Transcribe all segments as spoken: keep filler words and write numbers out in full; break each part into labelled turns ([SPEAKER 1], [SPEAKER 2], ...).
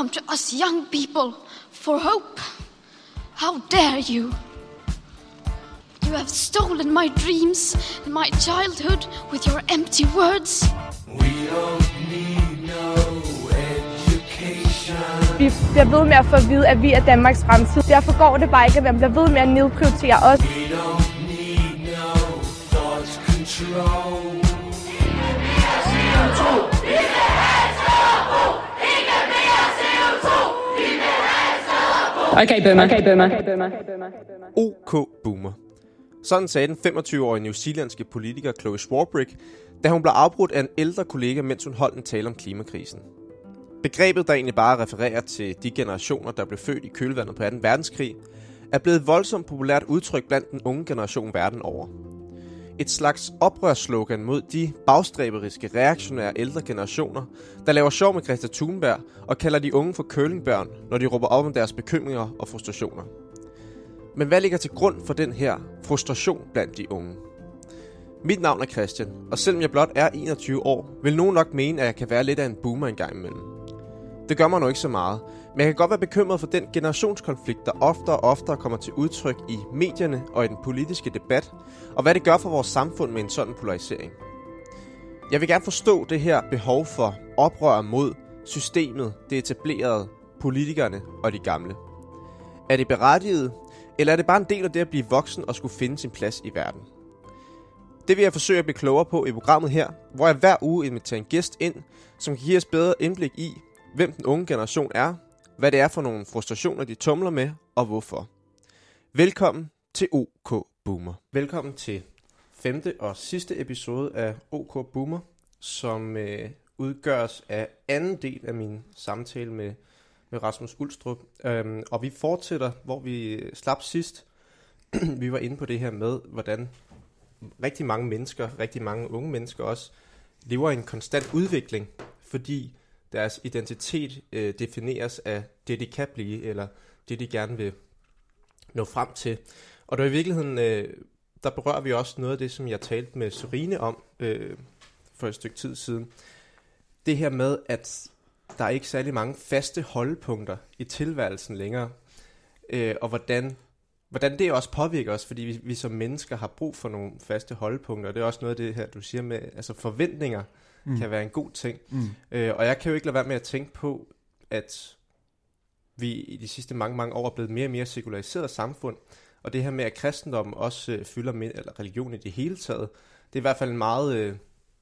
[SPEAKER 1] come to us young people for hope. How dare you? You have stolen my dreams and my childhood with your empty words.
[SPEAKER 2] We don't need no education.
[SPEAKER 3] Vi bliver ved med at få at vide, at vi er Danmarks fremtid. Derfor går det bare ikke, at man bliver ved med at nedprioritere os.
[SPEAKER 2] We don't need no thought control.
[SPEAKER 4] Okay, boomer. Okay, boomer. Okay, boomer.
[SPEAKER 5] OK Boomer. Sådan sagde den femogtyve-årige newzealandske politiker Chloe Swarbrick, da hun blev afbrudt af en ældre kollega, mens hun holdt en tale om klimakrisen. Begrebet, der egentlig bare refererer til de generationer, der blev født i kølvandet på anden verdenskrig, er blevet et voldsomt populært udtryk blandt den unge generation verden over. Et slags oprørsslogan mod de bagstræberiske, reaktionære ældre generationer, der laver sjov med Greta Thunberg og kalder de unge for curlingbørn, når de råber op om deres bekymringer og frustrationer. Men hvad ligger til grund for den her frustration blandt de unge? Mit navn er Christian, og selvom jeg blot er enogtyve år, vil nogen nok mene, at jeg kan være lidt af en boomer en gang imellem. Det gør mig nu ikke så meget, men jeg kan godt være bekymret for den generationskonflikt, der oftere og oftere kommer til udtryk i medierne og i den politiske debat, og hvad det gør for vores samfund med en sådan polarisering. Jeg vil gerne forstå det her behov for oprør mod systemet, det etablerede, politikerne og de gamle. Er det berettiget, eller er det bare en del af det at blive voksen og skulle finde sin plads i verden? Det vil jeg forsøge at blive klogere på i programmet her, hvor jeg hver uge inviterer en gæst ind, som kan give os bedre indblik i, hvem den unge generation er, hvad det er for nogle frustrationer, de tumler med, og hvorfor. Velkommen til OK Boomer. Velkommen til femte og sidste episode af OK Boomer, som øh, udgøres af anden del af min samtale med, med Rasmus Ulstrup. Øhm, og vi fortsætter, hvor vi slap sidst. Vi var inde på det her med, hvordan rigtig mange mennesker, rigtig mange unge mennesker også, lever i en konstant udvikling, fordi deres identitet øh, defineres af det, de kan blive, eller det, de gerne vil nå frem til. Og der i virkeligheden, øh, der berører vi også noget af det, som jeg talte med Sorine om øh, for et stykke tid siden. Det her med, at der er ikke særlig mange faste holdepunkter i tilværelsen længere, øh, og hvordan, hvordan det også påvirker os, fordi vi, vi som mennesker har brug for nogle faste holdepunkter. Og det er også noget af det her, du siger med, altså forventninger, Mm. kan være en god ting. Mm. Øh, og jeg kan jo ikke lade være med at tænke på, at vi i de sidste mange, mange år er blevet mere og mere sekulariseret samfund, og det her med, at kristendommen også øh, fylder med, eller religion i det hele taget, det er i hvert fald en meget, øh,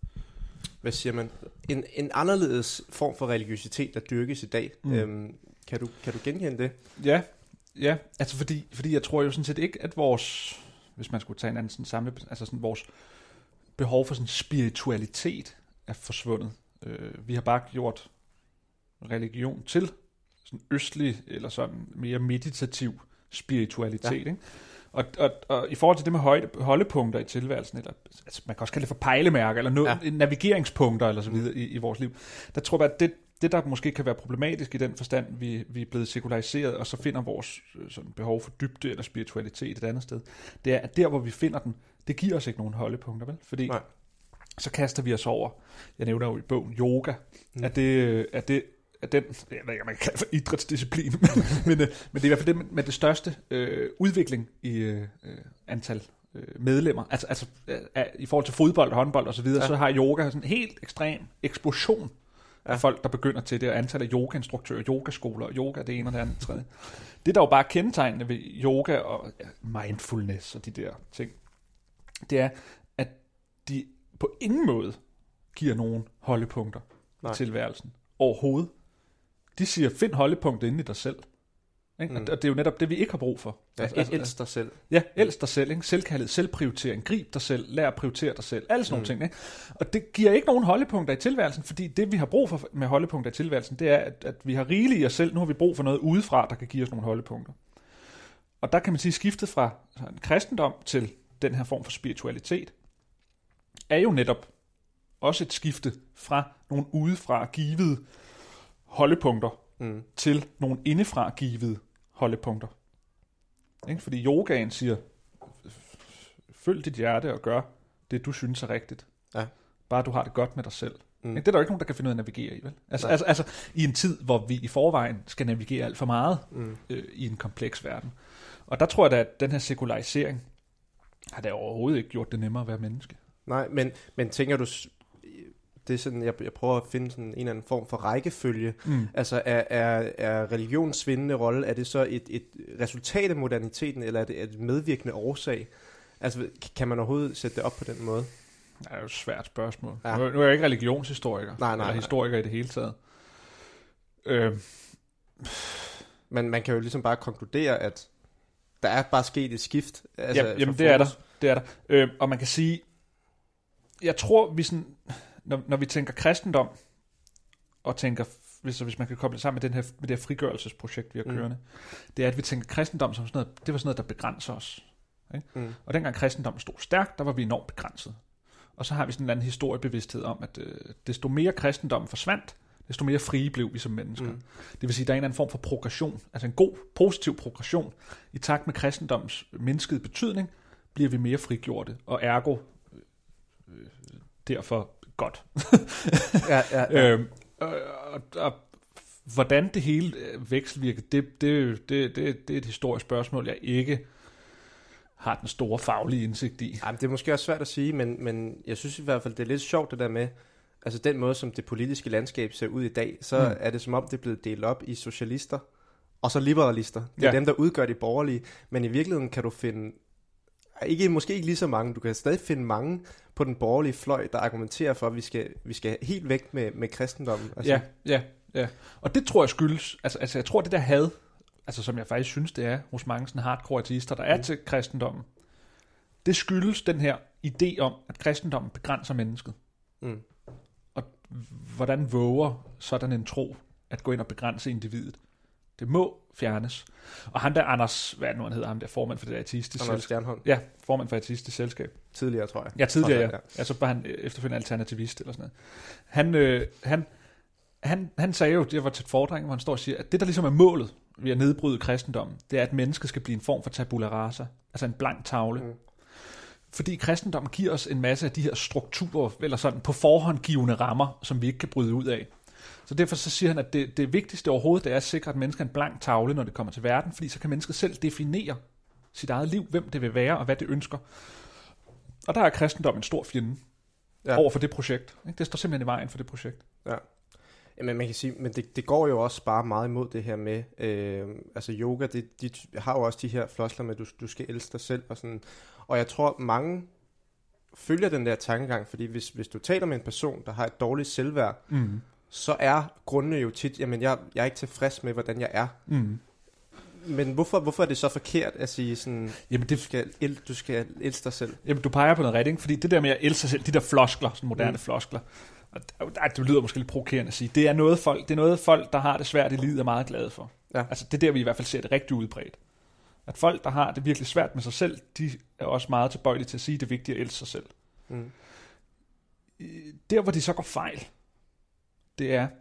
[SPEAKER 5] hvad siger man, en, en anderledes form for religiøsitet, der dyrkes i dag. Mm. Øhm, kan, du, kan du genkende det?
[SPEAKER 6] Ja, ja, altså fordi, fordi jeg tror jo sådan set ikke, at vores, hvis man skulle tage en anden sådan samle, altså sådan vores behov for sådan spiritualitet er forsvundet. Øh, vi har bare gjort religion til sådan østlig eller sådan mere meditativ spiritualitet. Ja. Ikke? Og, og, og i forhold til det med højde, holdepunkter i tilværelsen, eller altså man kan også kalde det for pejlemærker, eller noget, ja. navigeringspunkter eller så videre i, i vores liv, der tror jeg, at det, det der måske kan være problematisk i den forstand, vi, vi er blevet sekulariseret, og så finder vores sådan, behov for dybde eller spiritualitet et andet sted, det er, at der hvor vi finder den, det giver os ikke nogen holdepunkter, vel? Fordi nej. Så kaster vi os over, jeg nævner jo i bogen, yoga. Mm. Er det, er det, er den, jeg ved ikke, om man kan kalde for idrætsdisciplin, men, men, men det er i hvert fald det med det største øh, udvikling i øh, antal øh, medlemmer. Altså, altså øh, i forhold til fodbold, håndbold og så videre, ja. Så har yoga sådan en helt ekstrem eksplosion af ja. folk, der begynder til det, og antal af yogainstruktører, yogaskoler, yoga, det ene og det andet, tredje. Det der jo bare kendetegnende ved yoga og ja, mindfulness og de der ting, det er, at de på ingen måde giver nogen holdepunkter Nej. i tilværelsen overhovedet. De siger, find holdepunktet inde i dig selv. Ikke? Mm. Og det er jo netop det, vi ikke har brug for.
[SPEAKER 5] Ja, altså, altså, elsk dig selv.
[SPEAKER 6] Ja, elsk dig selv. Ikke? Selvkærlighed, selvprioritering, grib dig selv, lær at prioritere dig selv. Alle sådan mm. nogle ting. Ikke? Og det giver ikke nogen holdepunkter i tilværelsen, fordi det, vi har brug for med holdepunkter i tilværelsen, det er, at, at vi har rigeligt i os selv. Nu har vi brug for noget udefra, der kan give os nogle holdepunkter. Og der kan man sige, skiftet fra en kristendom til den her form for spiritualitet, er jo netop også et skifte fra nogle udefra givede holdepunkter mm. til nogle indefra givede holdepunkter. Ikke? Fordi yogaen siger, følg dit hjerte og gør det, du synes er rigtigt. Ja. Bare du har det godt med dig selv. Mm. Det er der jo ikke nogen, der kan finde ud af at navigere i, vel? Altså, altså, altså i en tid, hvor vi i forvejen skal navigere alt for meget mm. øh, i en kompleks verden. Og der tror jeg da, at den her sekularisering har da overhovedet ikke gjort det nemmere at være menneske.
[SPEAKER 5] Nej, men, men tænker du, det er sådan, jeg, jeg prøver at finde sådan en eller anden form for rækkefølge. Mm. Altså er, er, er religions svindende rolle, er det så et, et resultat af moderniteten, eller er det et medvirkende årsag? Altså kan man overhovedet sætte det op på den måde?
[SPEAKER 6] Det er jo et svært spørgsmål. Ja. Nu, nu er jeg ikke religionshistoriker,
[SPEAKER 5] nej, nej,
[SPEAKER 6] eller historiker nej. i det hele taget. Øh.
[SPEAKER 5] Men man kan jo ligesom bare konkludere, at der er bare sket et skift. Altså,
[SPEAKER 6] ja, jamen det er der. Det er der. Øh, og man kan sige, jeg tror, vi sådan, når, når vi tænker kristendom, og tænker, hvis, hvis man kan koble det sammen med, den her, med det her frigørelsesprojekt, vi har kørende, mm. det er, at vi tænker kristendom som sådan noget, det var sådan noget, der begrænser os. Ikke? Mm. Og dengang kristendommen stod stærkt, der var vi enormt begrænset. Og så har vi sådan en eller anden historiebevidsthed om, at øh, desto mere kristendommen forsvandt, desto mere frie blev vi som mennesker. Mm. Det vil sige, at der er en eller anden form for progression, altså en god, positiv progression. I takt med kristendoms mindskede betydning, bliver vi mere frigjorte, og ergo øh, derfor godt.
[SPEAKER 5] ja, ja, ja.
[SPEAKER 6] Øhm, og, og, og hvordan det hele vekselvirker, det, det, det, det, det er et historisk spørgsmål, jeg ikke har den store faglige indsigt i.
[SPEAKER 5] Jamen, det er måske også svært at sige, men, men jeg synes i hvert fald, det er lidt sjovt det der med, altså den måde, som det politiske landskab ser ud i dag, så mm. er det som om, det er blevet delt op i socialister, og så liberalister. Det er ja. dem, der udgør de borgerlige, men i virkeligheden kan du finde, ikke, måske ikke lige så mange, du kan stadig finde mange på den borgerlige fløj, der argumenterer for, at vi skal, vi skal helt væk med, med kristendommen. Altså.
[SPEAKER 6] Ja, ja, ja. Og det tror jeg skyldes, altså, altså jeg tror, det der had, altså som jeg faktisk synes, det er hos mange sådan hardcore ateister, der er mm. til kristendommen, det skyldes den her idé om, at kristendommen begrænser mennesket. Mm. Og hvordan våger sådan en tro at gå ind og begrænse individet? Det må fjernes. Og han der, Anders, hvad er det nu han hedder, ham der formand for det der ateistiske selskab? Ja, formand for ateistiske selskab.
[SPEAKER 5] Tidligere, tror jeg.
[SPEAKER 6] Ja, tidligere, ja. ja. ja så var han efterfølgende alternativist eller sådan noget. Han, øh, han, han, han sagde jo, det var til et foredrag, hvor han står og siger, at det der ligesom er målet ved at nedbryde kristendommen, det er, at mennesket skal blive en form for tabula rasa, altså en blank tavle. Mm. Fordi kristendommen giver os en masse af de her strukturer, eller sådan på forhånd givende rammer, som vi ikke kan bryde ud af. Så derfor så siger han, at det, det vigtigste overhovedet, det er at sikre, at mennesket er en blank tavle, når det kommer til verden, fordi så kan mennesket selv definere sit eget liv, hvem det vil være, og hvad det ønsker. Og der er kristendom en stor fjende ja. over for det projekt. Det står simpelthen i vejen for det projekt.
[SPEAKER 5] Ja. Jamen man kan sige, men det, det går jo også bare meget imod det her med, øh, altså yoga, det, de har jo også de her floskler med, at du, du skal elske dig selv og sådan. Og jeg tror, mange følger den der tankegang, fordi hvis, hvis du taler med en person, der har et dårligt selvværd, mm. så er grundene jo tit, jamen jeg, jeg er ikke tilfreds med, hvordan jeg er. Mm. Men hvorfor, hvorfor er det så forkert at sige sådan, jamen det, du, skal el, du skal elske dig selv?
[SPEAKER 6] Jamen du peger på noget rigtigt, fordi det der med at elske sig selv, de der floskler, sådan moderne mm. floskler, og det lyder måske lidt provokerende at sige, det er noget folk, det er noget folk, der har det svært i livet, er meget glade for. Ja. Altså det er der, vi i hvert fald ser det rigtig udbredt. At folk, der har det virkelig svært med sig selv, de er også meget tilbøjelige til at sige, at det er vigtigt at elske sig selv. Mm. Der, hvor de så går fejl, det er,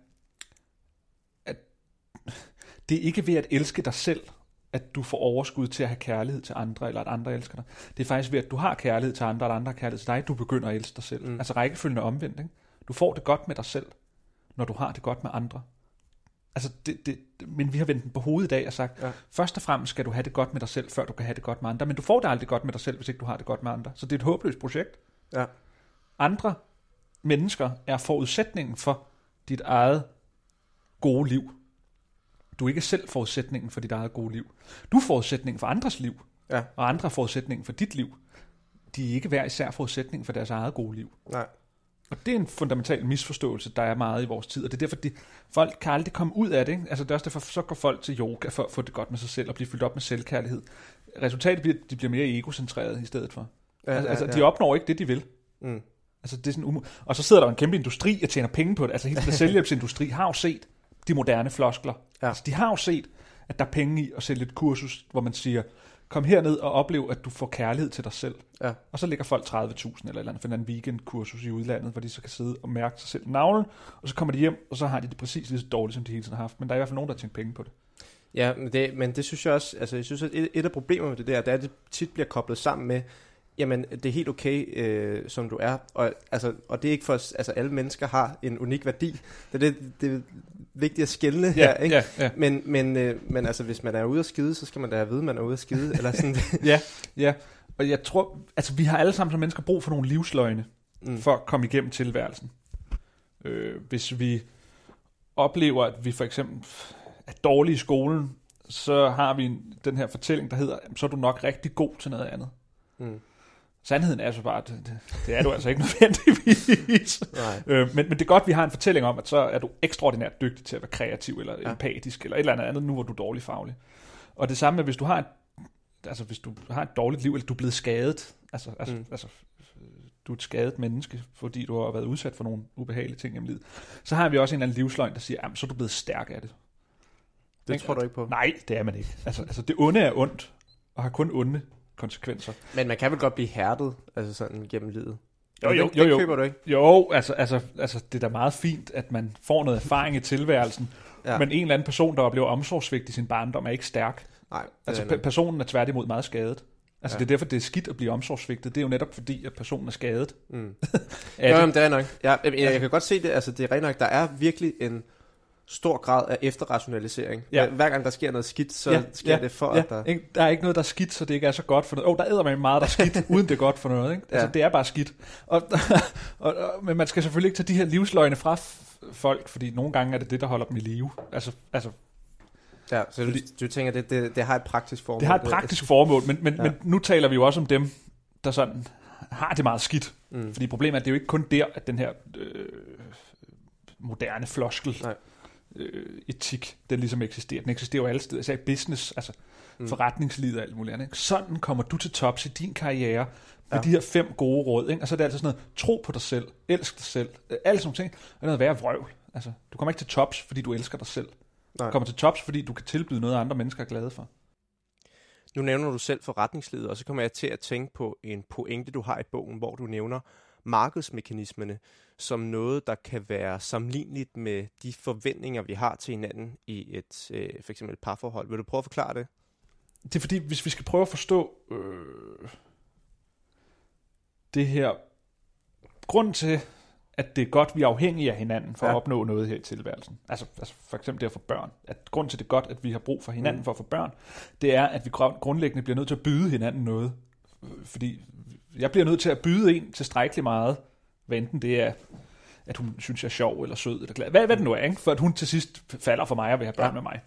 [SPEAKER 6] at det er ikke ved at elske dig selv, at du får overskud til at have kærlighed til andre, eller at andre elsker dig. Det er faktisk ved, at du har kærlighed til andre, og at andre har kærlighed til dig, du begynder at elske dig selv. Mm. Altså rækkefølgen er omvendt, ikke? Du får det godt med dig selv, når du har det godt med andre. Altså, det, det, men vi har vendt den på hovedet i dag og sagt, ja. først og fremmest skal du have det godt med dig selv, før du kan have det godt med andre. Men du får det aldrig godt med dig selv, hvis ikke du har det godt med andre. Så det er et håbløst projekt.
[SPEAKER 5] Ja.
[SPEAKER 6] Andre mennesker er forudsætningen for dit eget gode liv. Du er ikke selv forudsætningen for dit eget gode liv. Du er forudsætningen for andres liv, ja. og andre er forudsætningen for dit liv. De er ikke hver især forudsætningen for deres eget gode liv.
[SPEAKER 5] Nej.
[SPEAKER 6] Og det er en fundamental misforståelse, der er meget i vores tid, og det er derfor, de, folk kan aldrig komme ud af det. Ikke? Altså det er også derfor, så går folk til yoga for at få det godt med sig selv, og blive fyldt op med selvkærlighed. Resultatet bliver, de bliver mere egocentreret i stedet for. Ja, altså, ja, altså de opnår ikke det, de vil. Mm. Altså, det er sådan umu- og så sidder der en kæmpe industri og tjener penge på det. Altså hele den selvhjælpsindustri har jo set de moderne floskler. Ja. Altså, de har jo set, at der er penge i at sælge et kursus, hvor man siger, kom herned og oplev, at du får kærlighed til dig selv. Ja. Og så ligger folk tredive tusind eller, eller andet for en weekendkursus i udlandet, hvor de så kan sidde og mærke sig selv i navlen, og så kommer de hjem, og så har de det præcis lige så dårligt, som de hele tiden har haft. Men der er i hvert fald nogen, der har tjent penge på det.
[SPEAKER 5] Ja, men det, men det synes jeg også, altså jeg synes, at et, et af problemerne med det der, det er, at det tit bliver koblet sammen med jamen, det er helt okay, øh, som du er. Og, altså, og det er ikke for, altså alle mennesker har en unik værdi. Det er, det, det er vigtigt at skelne
[SPEAKER 6] Ja,
[SPEAKER 5] her, ikke?
[SPEAKER 6] ja, ja.
[SPEAKER 5] Men, men, øh, men altså, hvis man er ude at skide, så skal man da have at vide, at man er ude at skide. Eller sådan.
[SPEAKER 6] Ja, ja. Og jeg tror, altså vi har alle sammen som mennesker brug for nogle livsløgne, mm. for at komme igennem tilværelsen. Øh, hvis vi oplever, at vi for eksempel er dårlige i skolen, så har vi en, den her fortælling, der hedder, så er du nok rigtig god til noget andet. Mm. Sandheden er så bare, at det, det er du altså ikke nødvendigvis. øh, men, men det er godt, at vi har en fortælling om, at så er du ekstraordinært dygtig til at være kreativ, eller ja. empatisk, eller et eller andet andet, nu hvor du er dårlig faglig. Og det samme med, hvis du har et, altså, hvis du har et dårligt liv, eller du er blevet skadet, altså, altså, mm. altså du er et skadet menneske, fordi du har været udsat for nogle ubehagelige ting i livet, så har vi også en eller anden livsløgn, der siger, så er du blevet stærk af det.
[SPEAKER 5] Det ikke? Tror du ikke på?
[SPEAKER 6] Nej, det er man ikke. Altså, altså det onde er ondt, og har kun onde konsekvenser.
[SPEAKER 5] Men man kan vel godt blive hærdet, altså sådan gennem livet?
[SPEAKER 6] Jo, jo,
[SPEAKER 5] det,
[SPEAKER 6] jo,
[SPEAKER 5] det
[SPEAKER 6] jo.
[SPEAKER 5] køber du ikke?
[SPEAKER 6] Jo, altså, altså, altså det er da meget fint, at man får noget erfaring i tilværelsen, ja. Men en eller anden person, der oplever omsorgsvigt i sin barndom, er ikke stærk.
[SPEAKER 5] Nej.
[SPEAKER 6] Altså pe- personen er tværtimod meget skadet. Altså ja. Det er derfor, det er skidt at blive omsorgsvigtet. Det er jo netop fordi, at personen er skadet. Mm. er
[SPEAKER 5] jo,
[SPEAKER 6] det?
[SPEAKER 5] jamen, det er nok. Jeg, jeg, jeg, jeg kan godt se det, altså det er rent nok, der er virkelig en stor grad af efterrationalisering. Ja. Hver gang der sker noget skidt, så ja, sker ja, det for,
[SPEAKER 6] ja.
[SPEAKER 5] at der...
[SPEAKER 6] Der er ikke noget, der er skidt, så det ikke er så godt for noget. Åh, oh, der æder man meget, der er skidt, uden det er godt for noget. Ikke? Altså, ja. Det er bare skidt. Og, og, og, men man skal selvfølgelig ikke tage de her livsløgne fra f- folk, fordi nogle gange er det det, der holder dem i live. Altså, altså
[SPEAKER 5] ja, så fordi, du, du tænker, det, det, det har et praktisk formål?
[SPEAKER 6] Det har et praktisk det, formål, men, men, ja. men nu taler vi jo også om dem, der sådan har det meget skidt. Mm. Fordi problemet er, at det er jo ikke kun der, at den her øh, moderne floskel... Nej. Øh, etik, den ligesom eksisterer. Den eksisterer jo alle steder, især i business, altså mm. forretningslivet og alt muligt andet. Ikke? Sådan kommer du til tops i din karriere med ja. de her fem gode råd. Ikke? Og så er det altid sådan noget, tro på dig selv, elsk dig selv, alle sådan ting. Og noget værre vrøvl. Altså, du kommer ikke til tops, fordi du elsker dig selv. Nej. Du kommer til tops, fordi du kan tilbyde noget, andre mennesker er glade for.
[SPEAKER 5] Nu nævner du selv forretningslivet, og så kommer jeg til at tænke på en pointe, du har i bogen, hvor du nævner markedsmekanismerne som noget, der kan være sammenligneligt med de forventninger, vi har til hinanden i et øh, for eksempel et parforhold. Vil du prøve at forklare det?
[SPEAKER 6] Det er fordi, hvis vi skal prøve at forstå øh, det her, grunden til, at det er godt, vi er afhængige af hinanden for ja. at opnå noget her i tilværelsen. Altså, altså for eksempel det at få børn. At grunden til, det er godt, at vi har brug for hinanden mm. for at få børn, det er, at vi grundlæggende bliver nødt til at byde hinanden noget. Fordi jeg bliver nødt til at byde en tilstrækkeligt meget, hvad enten det er, at hun synes, jeg er sjov eller sød, eller glad. Hvad, hvad det nu er, ikke? For at hun til sidst falder for mig og vil have børn ja. med mig.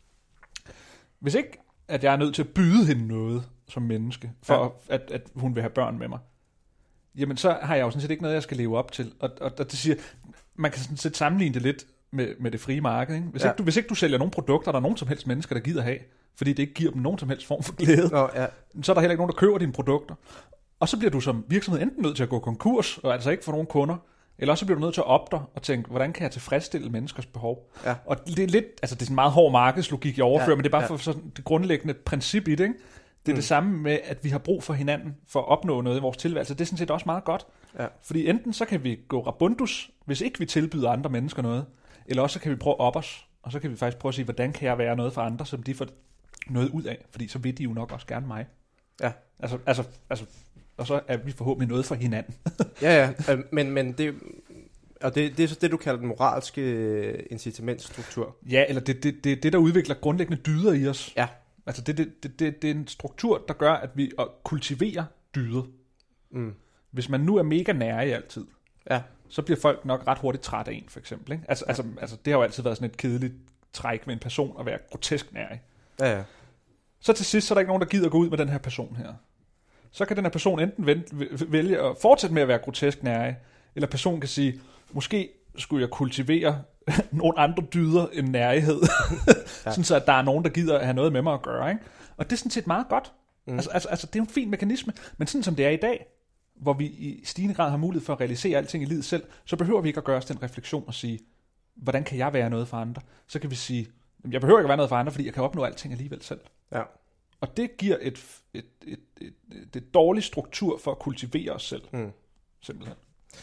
[SPEAKER 6] Hvis ikke, at jeg er nødt til at byde hende noget som menneske, for ja. at, at hun vil have børn med mig, jamen så har jeg jo sådan set ikke noget, jeg skal leve op til. Og, og, og det siger, man kan sådan set sammenligne det lidt med, med det frie marked. Ikke? Hvis, ja. ikke du, hvis ikke du sælger nogen produkter, der er nogen som helst mennesker, der gider have, fordi det ikke giver dem nogen som helst form for glæde,
[SPEAKER 5] Nå, ja.
[SPEAKER 6] så er der heller ikke nogen, der køber dine produkter. Og så bliver du som virksomhed enten nødt til at gå konkurs, og altså ikke få nogen kunder, eller så bliver du nødt til at op dig og tænke, hvordan kan jeg tilfredsstille menneskers behov? Ja. Og det er lidt, altså det er sådan en meget hård markedslogik, jeg overfører, ja. men det er bare ja. for sådan det grundlæggende princip i det, ikke? Det er mm. det samme med, at vi har brug for hinanden for at opnå noget i vores tilværelse. Det er sådan set også meget godt. Ja. Fordi enten så kan vi gå rabundus, hvis ikke vi tilbyder andre mennesker noget, eller også så kan vi prøve at op os, og så kan vi faktisk prøve at sige, hvordan kan jeg være noget for andre, som de får noget ud af, fordi så vil de jo nok også gerne mig. Ja. Altså, altså, altså og så er vi forhåbentlig noget for hinanden.
[SPEAKER 5] ja, ja, men, men det, og det, det er så det, du kalder den moralske incitamentstruktur.
[SPEAKER 6] Ja, eller det er det, det, det, der udvikler grundlæggende dyder i os.
[SPEAKER 5] Ja.
[SPEAKER 6] Altså det, det, det, det, det er en struktur, der gør, at vi kultiverer dyder. Mm. Hvis man nu er mega nærig altid, ja. så bliver folk nok ret hurtigt træt af en, for eksempel. Ikke? Altså, ja. altså, altså, det har jo altid været sådan et kedeligt træk ved en person at være grotesk nærig.
[SPEAKER 5] Ja, ja.
[SPEAKER 6] Så til sidst, så er der ikke nogen, der gider gå ud med den her person her. Så kan den her person enten vælge at fortsætte med at være grotesk nærig, eller personen kan sige, måske skulle jeg kultivere nogle andre dyder end nærighed, ja. sådan så at der er nogen, der gider at have noget med mig at gøre. Ikke? Og det er sådan set meget godt. Mm. Altså, altså, altså, det er jo en fin mekanisme, men sådan som det er i dag, hvor vi i stigende grad har mulighed for at realisere alting i livet selv, så behøver vi ikke at gøre os den refleksion og sige, hvordan kan jeg være noget for andre? Så kan vi sige, jeg behøver ikke at være noget for andre, fordi jeg kan opnå alting alligevel selv. Ja. Og det giver et, et, et, et, et, et dårlig struktur for at kultivere os selv. Mm. Simpelthen.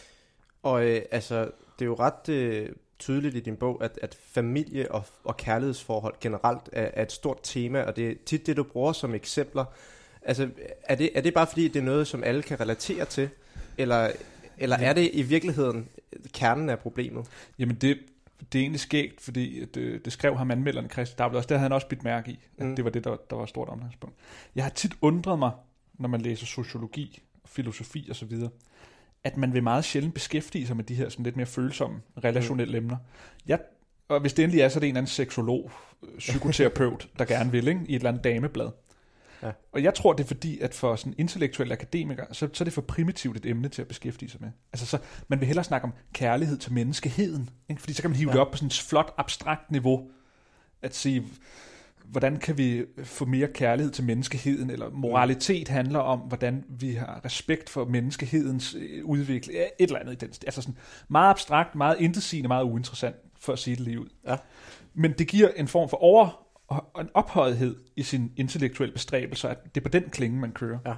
[SPEAKER 5] Og øh, altså, det er jo ret øh, tydeligt i din bog, at, at familie og, og kærlighedsforhold generelt er, er et stort tema, og det er tit det, du bruger som eksempler. Altså, er det, er det bare fordi, det er noget, som alle kan relatere til? Eller, eller ja. er det i virkeligheden kernen af problemet?
[SPEAKER 6] Jamen, det, det er egentlig skægt, fordi det, det skrev ham anmelderen Christian Dabel også. Der havde han også bidt mærke i, at mm. det var det, der, der var et stort omdrejningspunkt. Jeg har tit undret mig, når man læser sociologi, filosofi og så videre, at man vil meget sjældent beskæftige sig med de her sådan lidt mere følsomme, relationelle mm. emner. Jeg, og hvis det endelig er, så er det en eller anden seksolog, psykoterapeut, der gerne vil, ikke? I et eller andet dameblad. Ja. Og jeg tror, det er fordi, at for sådan intellektuelle akademikere, så, så er det for primitivt et emne til at beskæftige sig med. Altså, så, man vil hellere snakke om kærlighed til menneskeheden, ikke? Fordi så kan man hive ja. det op på sådan et flot, abstrakt niveau, at sige, hvordan kan vi få mere kærlighed til menneskeheden, eller moralitet handler om, hvordan vi har respekt for menneskehedens udvikling, et eller andet i den stil. Altså sådan meget abstrakt, meget intetsigende, meget uinteressant, for at sige det lige ud. Ja. Men det giver en form for over og en ophøjethed i sin intellektuelle bestræbelser, at det er på den klinge, man kører. Ja.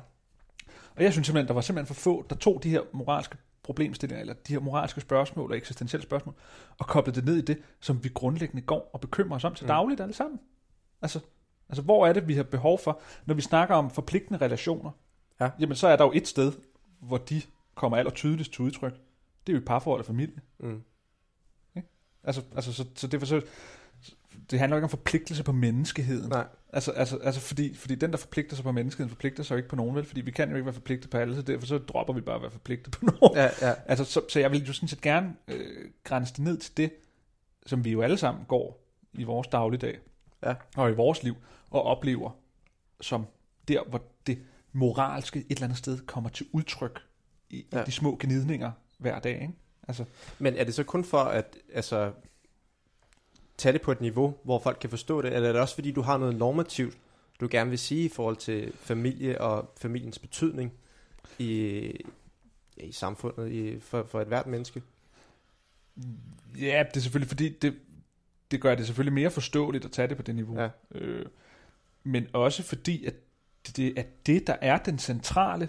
[SPEAKER 6] Og jeg synes simpelthen, der var simpelthen for få, der tog de her moralske problemstillinger, eller de her moralske spørgsmål og eksistentielle spørgsmål, og koblede det ned i det, som vi grundlæggende går og bekymrer os om til mm. dagligt alle sammen. Altså, altså, hvor er det, vi har behov for, når vi snakker om forpligtende relationer? Ja. Jamen, så er der jo et sted, hvor de kommer aller tydeligst til udtryk. Det er jo et parforhold og familie. Mm. Okay? Altså, altså, så, så det var så... Det handler jo ikke om forpligtelse på menneskeheden. Nej. Altså, altså, altså fordi, fordi den, der forpligter sig på menneskeheden, forpligter sig jo ikke på nogen, vel? Fordi vi kan jo ikke være forpligtet på alle, så derfor så dropper vi bare at være forpligtet på nogen. Ja, ja. Altså, så, så jeg vil jo sådan set gerne øh, grænse det ned til det, som vi jo alle sammen går i vores dagligdag, ja. og i vores liv, og oplever som der, hvor det moralske et eller andet sted kommer til udtryk i, ja. i de små gnidninger hver dag, ikke? Altså.
[SPEAKER 5] Men er det så kun for at... altså tage det på et niveau, hvor folk kan forstå det, eller er det også fordi, du har noget normativt, du gerne vil sige i forhold til familie og familiens betydning i, i samfundet, i, for, for et hvert menneske?
[SPEAKER 6] Ja, det er selvfølgelig fordi, det, det gør det selvfølgelig mere forståeligt at tage det på det niveau. Ja. Øh, men også fordi, at det er det, der er den centrale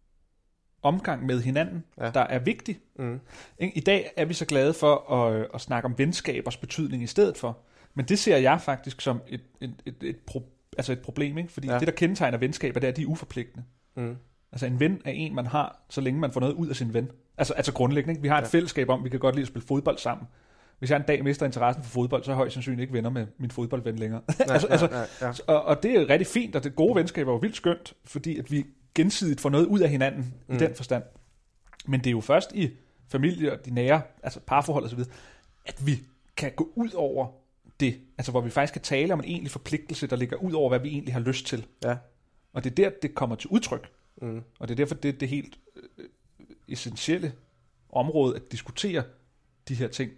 [SPEAKER 6] omgang med hinanden, ja. der er vigtig. Mm. I dag er vi så glade for at, at snakke om venskabers betydning i stedet for. Men det ser jeg faktisk som et, et, et, et, pro, altså et problem, ikke? Fordi ja. det, der kendetegner venskaber, det er, at de er uforpligtende. Mm. Altså en ven er en, man har, så længe man får noget ud af sin ven. Altså, altså grundlæggende, ikke? Vi har et ja. fællesskab om, vi kan godt lide at spille fodbold sammen. Hvis jeg en dag mister interessen for fodbold, så er jeg højst sandsynligt ikke venner med min fodboldven længere. Nej, altså, nej, nej, ja. og, og det er rigtig fint, og det gode venskab er jo vildt skønt, fordi at vi gensidigt får noget ud af hinanden mm. i den forstand. Men det er jo først i familie og de nære, altså parforhold og så videre, at vi kan gå ud over det, altså hvor vi faktisk kan tale om en egentlig forpligtelse, der ligger ud over, hvad vi egentlig har lyst til. Ja. Og det er der, det kommer til udtryk. Mm. Og det er derfor, det er det helt øh, essentielle område at diskutere de her ting,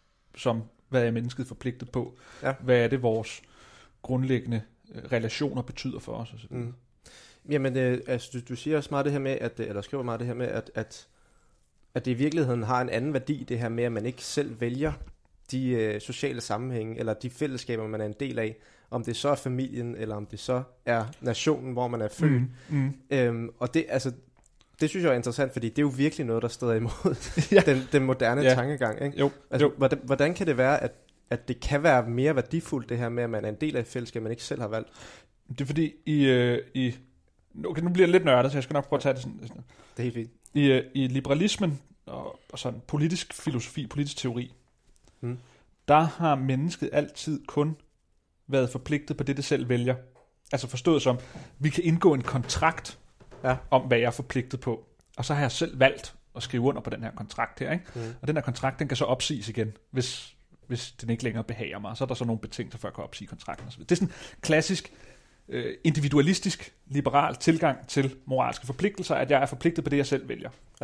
[SPEAKER 6] som hvad er mennesket forpligtet på, ja. hvad er det vores grundlæggende øh, relationer betyder for os og så videre. Mm.
[SPEAKER 5] Jamen, øh, altså, du, du siger også meget det her med, at, eller skriver meget det her med, at, at, at det i virkeligheden har en anden værdi, det her med, at man ikke selv vælger de øh, sociale sammenhænge, eller de fællesskaber, man er en del af, om det så er familien, eller om det så er nationen, hvor man er født. Mm, mm. Øhm, og det, altså, det synes jeg er interessant, fordi det er jo virkelig noget, der strider imod ja. den, den moderne ja. tankegang. Ikke? Jo. Altså, jo. Hvordan, hvordan kan det være, at, at det kan være mere værdifuldt, det her med, at man er en del af et fællesskab, man ikke selv har valgt?
[SPEAKER 6] Det er fordi, i... Øh, i Okay, nu bliver det lidt nørdet, så jeg skal nok prøve at tage det sådan. sådan.
[SPEAKER 5] Det er helt fint.
[SPEAKER 6] I, i liberalismen og, og sådan politisk filosofi, politisk teori, hmm. der har mennesket altid kun været forpligtet på det, det selv vælger. Altså forstået som, vi kan indgå en kontrakt ja. om, hvad jeg er forpligtet på. Og så har jeg selv valgt at skrive under på den her kontrakt her. Ikke? Hmm. Og den her kontrakt, den kan så opsiges igen, hvis, hvis den ikke længere behager mig. Så er der så nogle betingelser, før jeg kan opsige kontrakten. Og så videre. Det er sådan klassisk individualistisk, liberal tilgang til moralske forpligtelser, at jeg er forpligtet på det, jeg selv vælger. Ja.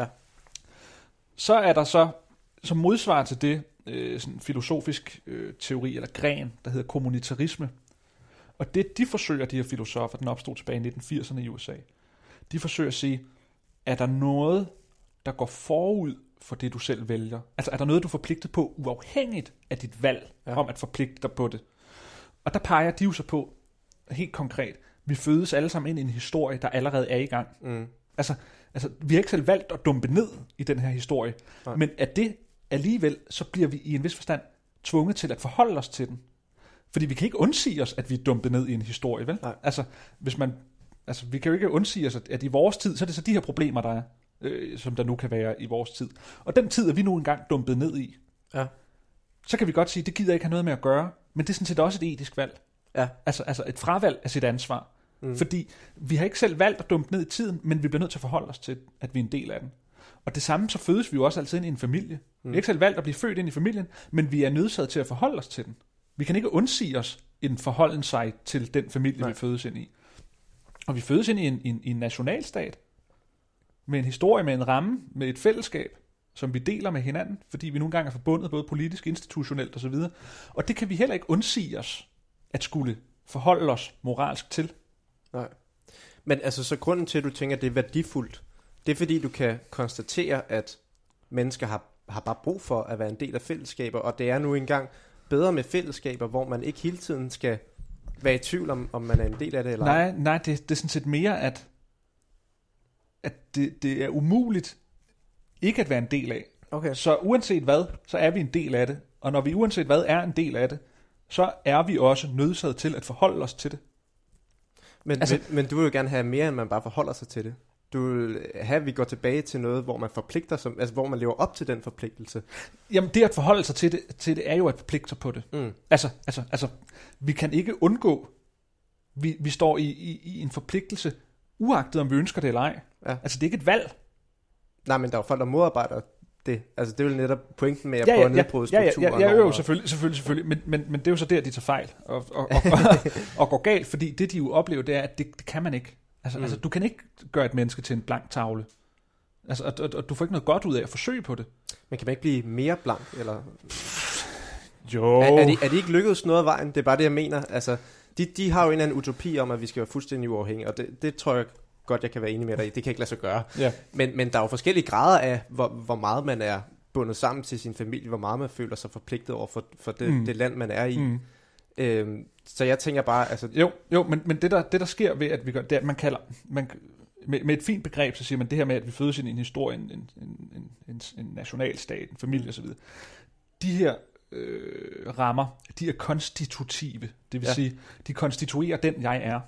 [SPEAKER 6] Så er der så, som modsvar til det, øh, sådan filosofisk øh, teori, eller gren, der hedder kommunitarisme. Og det, de forsøger, de her filosofer, den opstod tilbage i nitten firserne i U S A, de forsøger at sige, er der noget, der går forud for det, du selv vælger? Altså, er der noget, du er forpligtet på, uafhængigt af dit valg, ja. om at forpligte dig på det? Og der peger de jo så på, helt konkret, vi fødes alle sammen ind i en historie, der allerede er i gang. Mm. Altså, altså, vi har ikke selv valgt at dumpe ned i den her historie, Nej. men at det alligevel, så bliver vi i en vis forstand tvunget til at forholde os til den. Fordi vi kan ikke undsige os, at vi er dumpet ned i en historie, vel? Nej. Altså, hvis man altså, vi kan jo ikke undsige os, at i vores tid, så er det så de her problemer, der er, øh, som der nu kan være i vores tid. Og den tid er vi nu engang dumpet ned i.
[SPEAKER 5] Ja.
[SPEAKER 6] Så kan vi godt sige, det gider jeg ikke have noget med at gøre, men det er sådan set også et etisk valg.
[SPEAKER 5] Ja.
[SPEAKER 6] Altså, altså et fravalg af sit ansvar. Mm. Fordi vi har ikke selv valgt at dumpe ned i tiden, men vi bliver nødt til at forholde os til, at vi er en del af den. Og det samme, så fødes vi jo også altid ind i en familie. Mm. Vi har ikke selv valgt at blive født ind i familien, men vi er nødsaget til at forholde os til den. Vi kan ikke undsige os en forholden sig til den familie, Nej. vi fødes ind i. Og vi fødes ind i en, i, en, i en nationalstat, med en historie, med en ramme, med et fællesskab, som vi deler med hinanden, fordi vi nogle gange er forbundet både politisk, institutionelt osv. Og det kan vi heller ikke undsige os, at skulle forholde os moralsk til.
[SPEAKER 5] Nej. Men altså, så grunden til, at du tænker, at det er værdifuldt, det er fordi, du kan konstatere, at mennesker har, har bare brug for at være en del af fællesskaber, og det er nu engang bedre med fællesskaber, hvor man ikke hele tiden skal være i tvivl om, om man er en del af det eller
[SPEAKER 6] Nej, nej, det, det er sådan set mere, at, at det, det er umuligt ikke at være en del af.
[SPEAKER 5] Okay.
[SPEAKER 6] Så uanset hvad, så er vi en del af det. Og når vi uanset hvad er en del af det, så er vi også nødsaget til at forholde os til det.
[SPEAKER 5] Men, altså, men, men du vil jo gerne have mere, end man bare forholder sig til det. Du vil have, at vi går tilbage til noget, hvor man forpligter sig, altså hvor man lever op til den forpligtelse.
[SPEAKER 6] Jamen det at forholde sig til det, til det er jo at forpligte sig på det. Mm. Altså, altså, altså, vi kan ikke undgå, vi, vi står i, i, i en forpligtelse, uagtet om vi ønsker det eller ej. Ja. Altså det er ikke et valg.
[SPEAKER 5] Nej, men der er jo folk, der modarbejder det. Altså det er jo netop pointen med at
[SPEAKER 6] ja,
[SPEAKER 5] prøve
[SPEAKER 6] ja,
[SPEAKER 5] at nedbryde
[SPEAKER 6] ja,
[SPEAKER 5] strukturen.
[SPEAKER 6] Ja, ja, ja, jo, selvfølgelig, selvfølgelig, selvfølgelig. Men, men, men det er jo så der, de tager fejl og, og, og, og, og går galt, fordi det, de jo oplever, det er, at det, det kan man ikke. Altså, mm. altså, du kan ikke gøre et menneske til en blank tavle. Altså, og, og, og du får ikke noget godt ud af at forsøge på det. Men
[SPEAKER 5] kan man ikke blive mere blank, eller?
[SPEAKER 6] Jo.
[SPEAKER 5] Er, er, de, er de ikke lykkedes noget af vejen? Det er bare det, jeg mener. Altså, de, de har jo en eller anden utopi om, at vi skal være fuldstændig uafhængige, og det, det tror jeg godt, jeg kan være enig med dig i. Det kan ikke lade sig gøre. Ja. Men, men der er jo forskellige grader af, hvor, hvor meget man er bundet sammen til sin familie, hvor meget man føler sig forpligtet over for, for det, mm. det land, man er i. Mm. Øhm, så jeg tænker bare, altså...
[SPEAKER 6] Jo, jo men, men det, der, det der sker ved, at vi gør, det er, at man kalder... Man, med, med et fint begreb, så siger man det her med, at vi fødes ind i en historie, en, en, en, en, en nationalstat, en familie osv. De her øh, rammer, de er konstitutive. Det vil ja. sige, de konstituerer den, jeg er.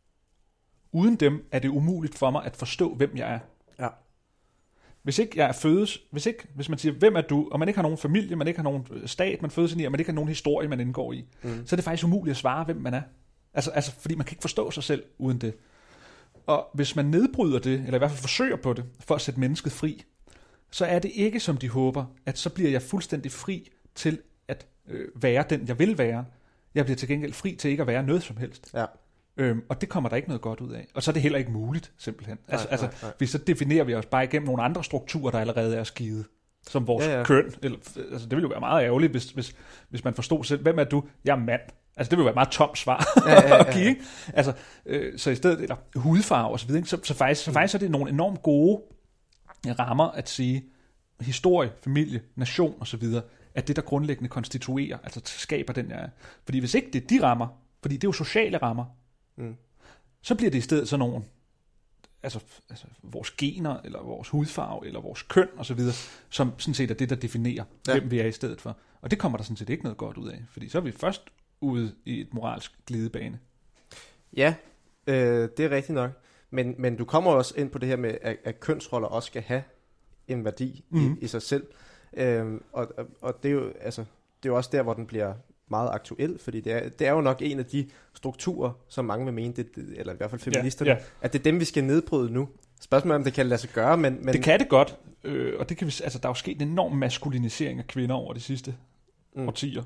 [SPEAKER 6] Uden dem er det umuligt for mig at forstå, hvem jeg er.
[SPEAKER 5] Ja.
[SPEAKER 6] Hvis ikke jeg er fødes, hvis ikke, hvis man siger, hvem er du, og man ikke har nogen familie, man ikke har nogen stat, man fødes ind i, og man ikke har nogen historie, man indgår i, mm. så er det faktisk umuligt at svare, hvem man er. Altså, altså, fordi man kan ikke forstå sig selv uden det. Og hvis man nedbryder det, eller i hvert fald forsøger på det, for at sætte mennesket fri, så er det ikke, som de håber, at så bliver jeg fuldstændig fri til at øh, være den, jeg vil være. Jeg bliver til gengæld fri til ikke at være noget som helst.
[SPEAKER 5] Ja.
[SPEAKER 6] Øhm, og det kommer der ikke noget godt ud af. Og så er det heller ikke muligt, simpelthen. Altså, nej, altså, nej, nej. Hvis så definerer vi os bare igennem nogle andre strukturer, der allerede er skide. Som vores ja, ja. køn. Eller, altså, det ville jo være meget ærgerligt, hvis, hvis, hvis man forstod selv, hvem er du? Jeg er mand. Altså, det ville være et meget tomt svar ja, ja, ja, ja. at give, ikke? Altså, øh, så i stedet, eller hudfarve og så videre, så, så, faktisk, så mm. faktisk er det nogle enormt gode rammer at sige, historie, familie, nation og så videre, at det, der grundlæggende konstituerer, altså skaber den, jeg er. Fordi hvis ikke det er de rammer, fordi det er jo sociale rammer, mm. så bliver det i stedet sådan nogle, altså, altså vores gener, eller vores hudfarve, eller vores køn og så videre, som sådan set er det, der definerer, ja. hvem vi er i stedet for. Og det kommer der sådan set ikke noget godt ud af, fordi så er vi først ude i et moralsk glidebane.
[SPEAKER 5] Ja, øh, det er rigtigt nok. Men, men du kommer også ind på det her med, at, at kønsroller også skal have en værdi mm. i, i sig selv. Øhm, og, og det er jo altså, det er jo også der, hvor den bliver meget aktuel, fordi det er, det er jo nok en af de strukturer, som mange vil mene, det, eller i hvert fald feministerne, ja, ja. at det er dem, vi skal nedbryde nu. Spørgsmålet er, om det kan lade sig gøre, men... men
[SPEAKER 6] det kan det godt, øh, og det kan vi, altså, der er jo sket en enorm maskulinisering af kvinder over de sidste mm. årtier.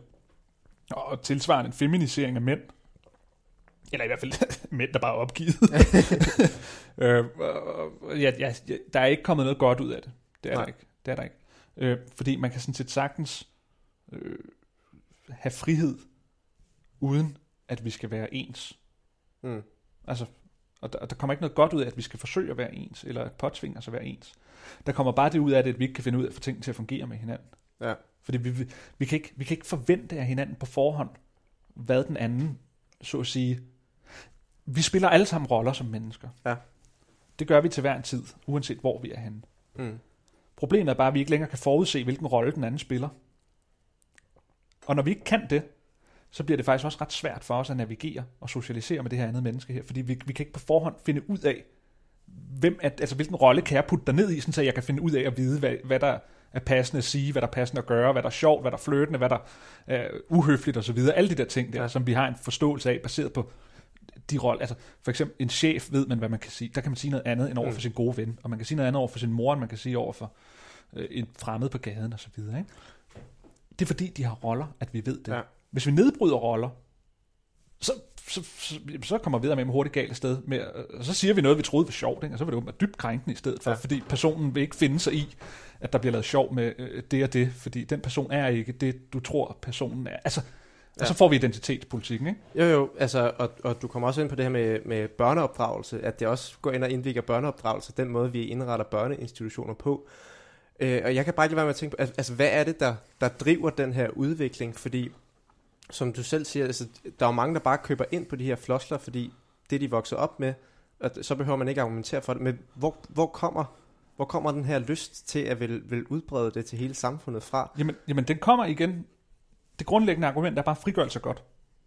[SPEAKER 6] Og tilsvarende en feminisering af mænd. Eller i hvert fald mænd, der bare er opgivet. øh, ja, ja, ja, der er ikke kommet noget godt ud af det. Det er Nej. der ikke. Det er der ikke. Øh, fordi man kan sådan set sagtens øh, have frihed, uden at vi skal være ens. Mm. Altså, og der, der kommer ikke noget godt ud af, at vi skal forsøge at være ens, eller at påtvinge os at være ens. Der kommer bare det ud af det, at vi ikke kan finde ud af at få tingene til at fungere med hinanden.
[SPEAKER 5] Ja.
[SPEAKER 6] Fordi vi, vi, vi, kan ikke, vi kan ikke forvente af hinanden på forhånd, hvad den anden, så at sige... Vi spiller alle sammen roller som mennesker.
[SPEAKER 5] Ja.
[SPEAKER 6] Det gør vi til hver en tid, uanset hvor vi er henne. Mm. Problemet er bare, at vi ikke længere kan forudse, hvilken rolle den anden spiller. Og når vi ikke kan det, så bliver det faktisk også ret svært for os at navigere og socialisere med det her andet menneske her, fordi vi, vi kan ikke på forhånd finde ud af, hvem at, altså hvilken rolle kan jeg putte dig ned i, sådan så jeg kan finde ud af at vide, hvad, hvad der er passende at sige, hvad der er passende at gøre, hvad der er sjovt, hvad der er flirtende, hvad der er uhøfligt osv. Alle de der ting der, ja. som vi har en forståelse af, baseret på de roller. Altså for eksempel en chef ved man, hvad man kan sige. Der kan man sige noget andet end over for sin gode ven, og man kan sige noget andet over for sin mor, end man kan sige over for øh, en fremmed på gaden osv. Ikke? Det er fordi, de har roller, at vi ved det. Ja. Hvis vi nedbryder roller, så, så, så, så kommer vi videre med en hurtigt galt sted. Med, og så siger vi noget, vi troede var sjovt, ikke? Og så vil det jo være dybt krænkende i stedet for, ja. fordi personen vil ikke finde sig i, at der bliver lavet sjov med øh, det og det, fordi den person er ikke det, du tror, personen er. Altså, ja. Og så får vi identitetspolitikken, ikke?
[SPEAKER 5] Jo, jo, altså, og, og du kommer også ind på det her med, med børneopdragelse, at det også går ind og indvirker børneopdragelse, den måde, vi indretter børneinstitutioner på. Øh, og jeg kan bare ikke lade være med at tænke på, altså, hvad er det, der, der driver den her udvikling? Fordi, som du selv siger, altså, der er jo mange, der bare køber ind på de her floskler, fordi det, de vokser op med, og så behøver man ikke argumentere for det. Men hvor, hvor, kommer, hvor kommer den her lyst til at vil, vil udbrede det til hele samfundet fra?
[SPEAKER 6] Jamen, jamen den kommer igen. Det grundlæggende argument er bare frigørelse godt.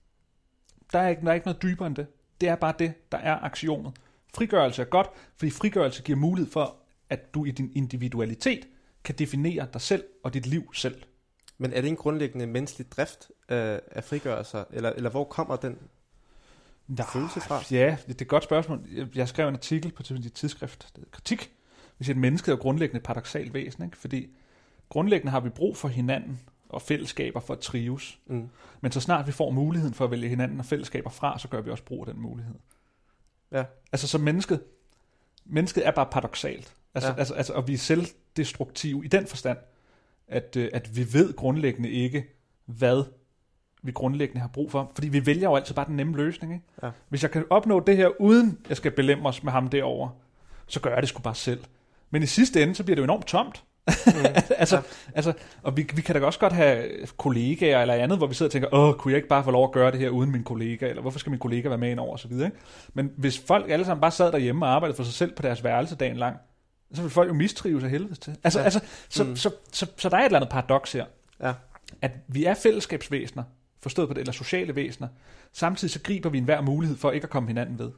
[SPEAKER 6] Der er, ikke, der er ikke noget dybere end det. Det er bare det, der er aksiomet. Frigørelse er godt, fordi frigørelse giver mulighed for, at du i din individualitet kan definere dig selv og dit liv selv.
[SPEAKER 5] Men er det en grundlæggende menneskelig drift øh, at frigøre sig? Eller, eller hvor kommer den
[SPEAKER 6] Nej,
[SPEAKER 5] følelse fra?
[SPEAKER 6] Ja, det er et godt spørgsmål. Jeg skrev en artikel på et tidsskrift, det hedder Kritik, hvis et menneske er grundlæggende et paradoksalt væsen, ikke? Fordi grundlæggende har vi brug for hinanden og fællesskaber for at trives. Mm. Men så snart vi får muligheden for at vælge hinanden og fællesskaber fra, så gør vi også brug af den mulighed.
[SPEAKER 5] Ja.
[SPEAKER 6] Altså så mennesket, mennesket er bare paradoksalt. Altså, ja. altså, altså, og vi er selvdestruktive i den forstand, at, at vi ved grundlæggende ikke, hvad vi grundlæggende har brug for. Fordi vi vælger jo altid bare den nemme løsning. Ikke? Ja. Hvis jeg kan opnå det her, uden jeg skal belemres med ham derovre, så gør jeg det sgu bare selv. Men i sidste ende, så bliver det jo enormt tomt. Mm. altså, ja. altså, og vi, vi kan da også godt have kollegaer eller andet, hvor vi sidder og tænker, åh, kunne jeg ikke bare få lov at gøre det her uden min kollega, eller hvorfor skal min kollega være med ind over, og så videre. Ikke? Men hvis folk alle sammen bare sad derhjemme og arbejdede for sig selv på deres værelse dagen lang, så vil folk jo mistrives af helvede til. Altså, ja. altså, så, mm. så, så, så, så der er et eller andet paradoks her. Ja. At vi er fællesskabsvæsener, forstået på det, eller sociale væsener. Samtidig så griber vi enhver mulighed for ikke at komme hinanden ved.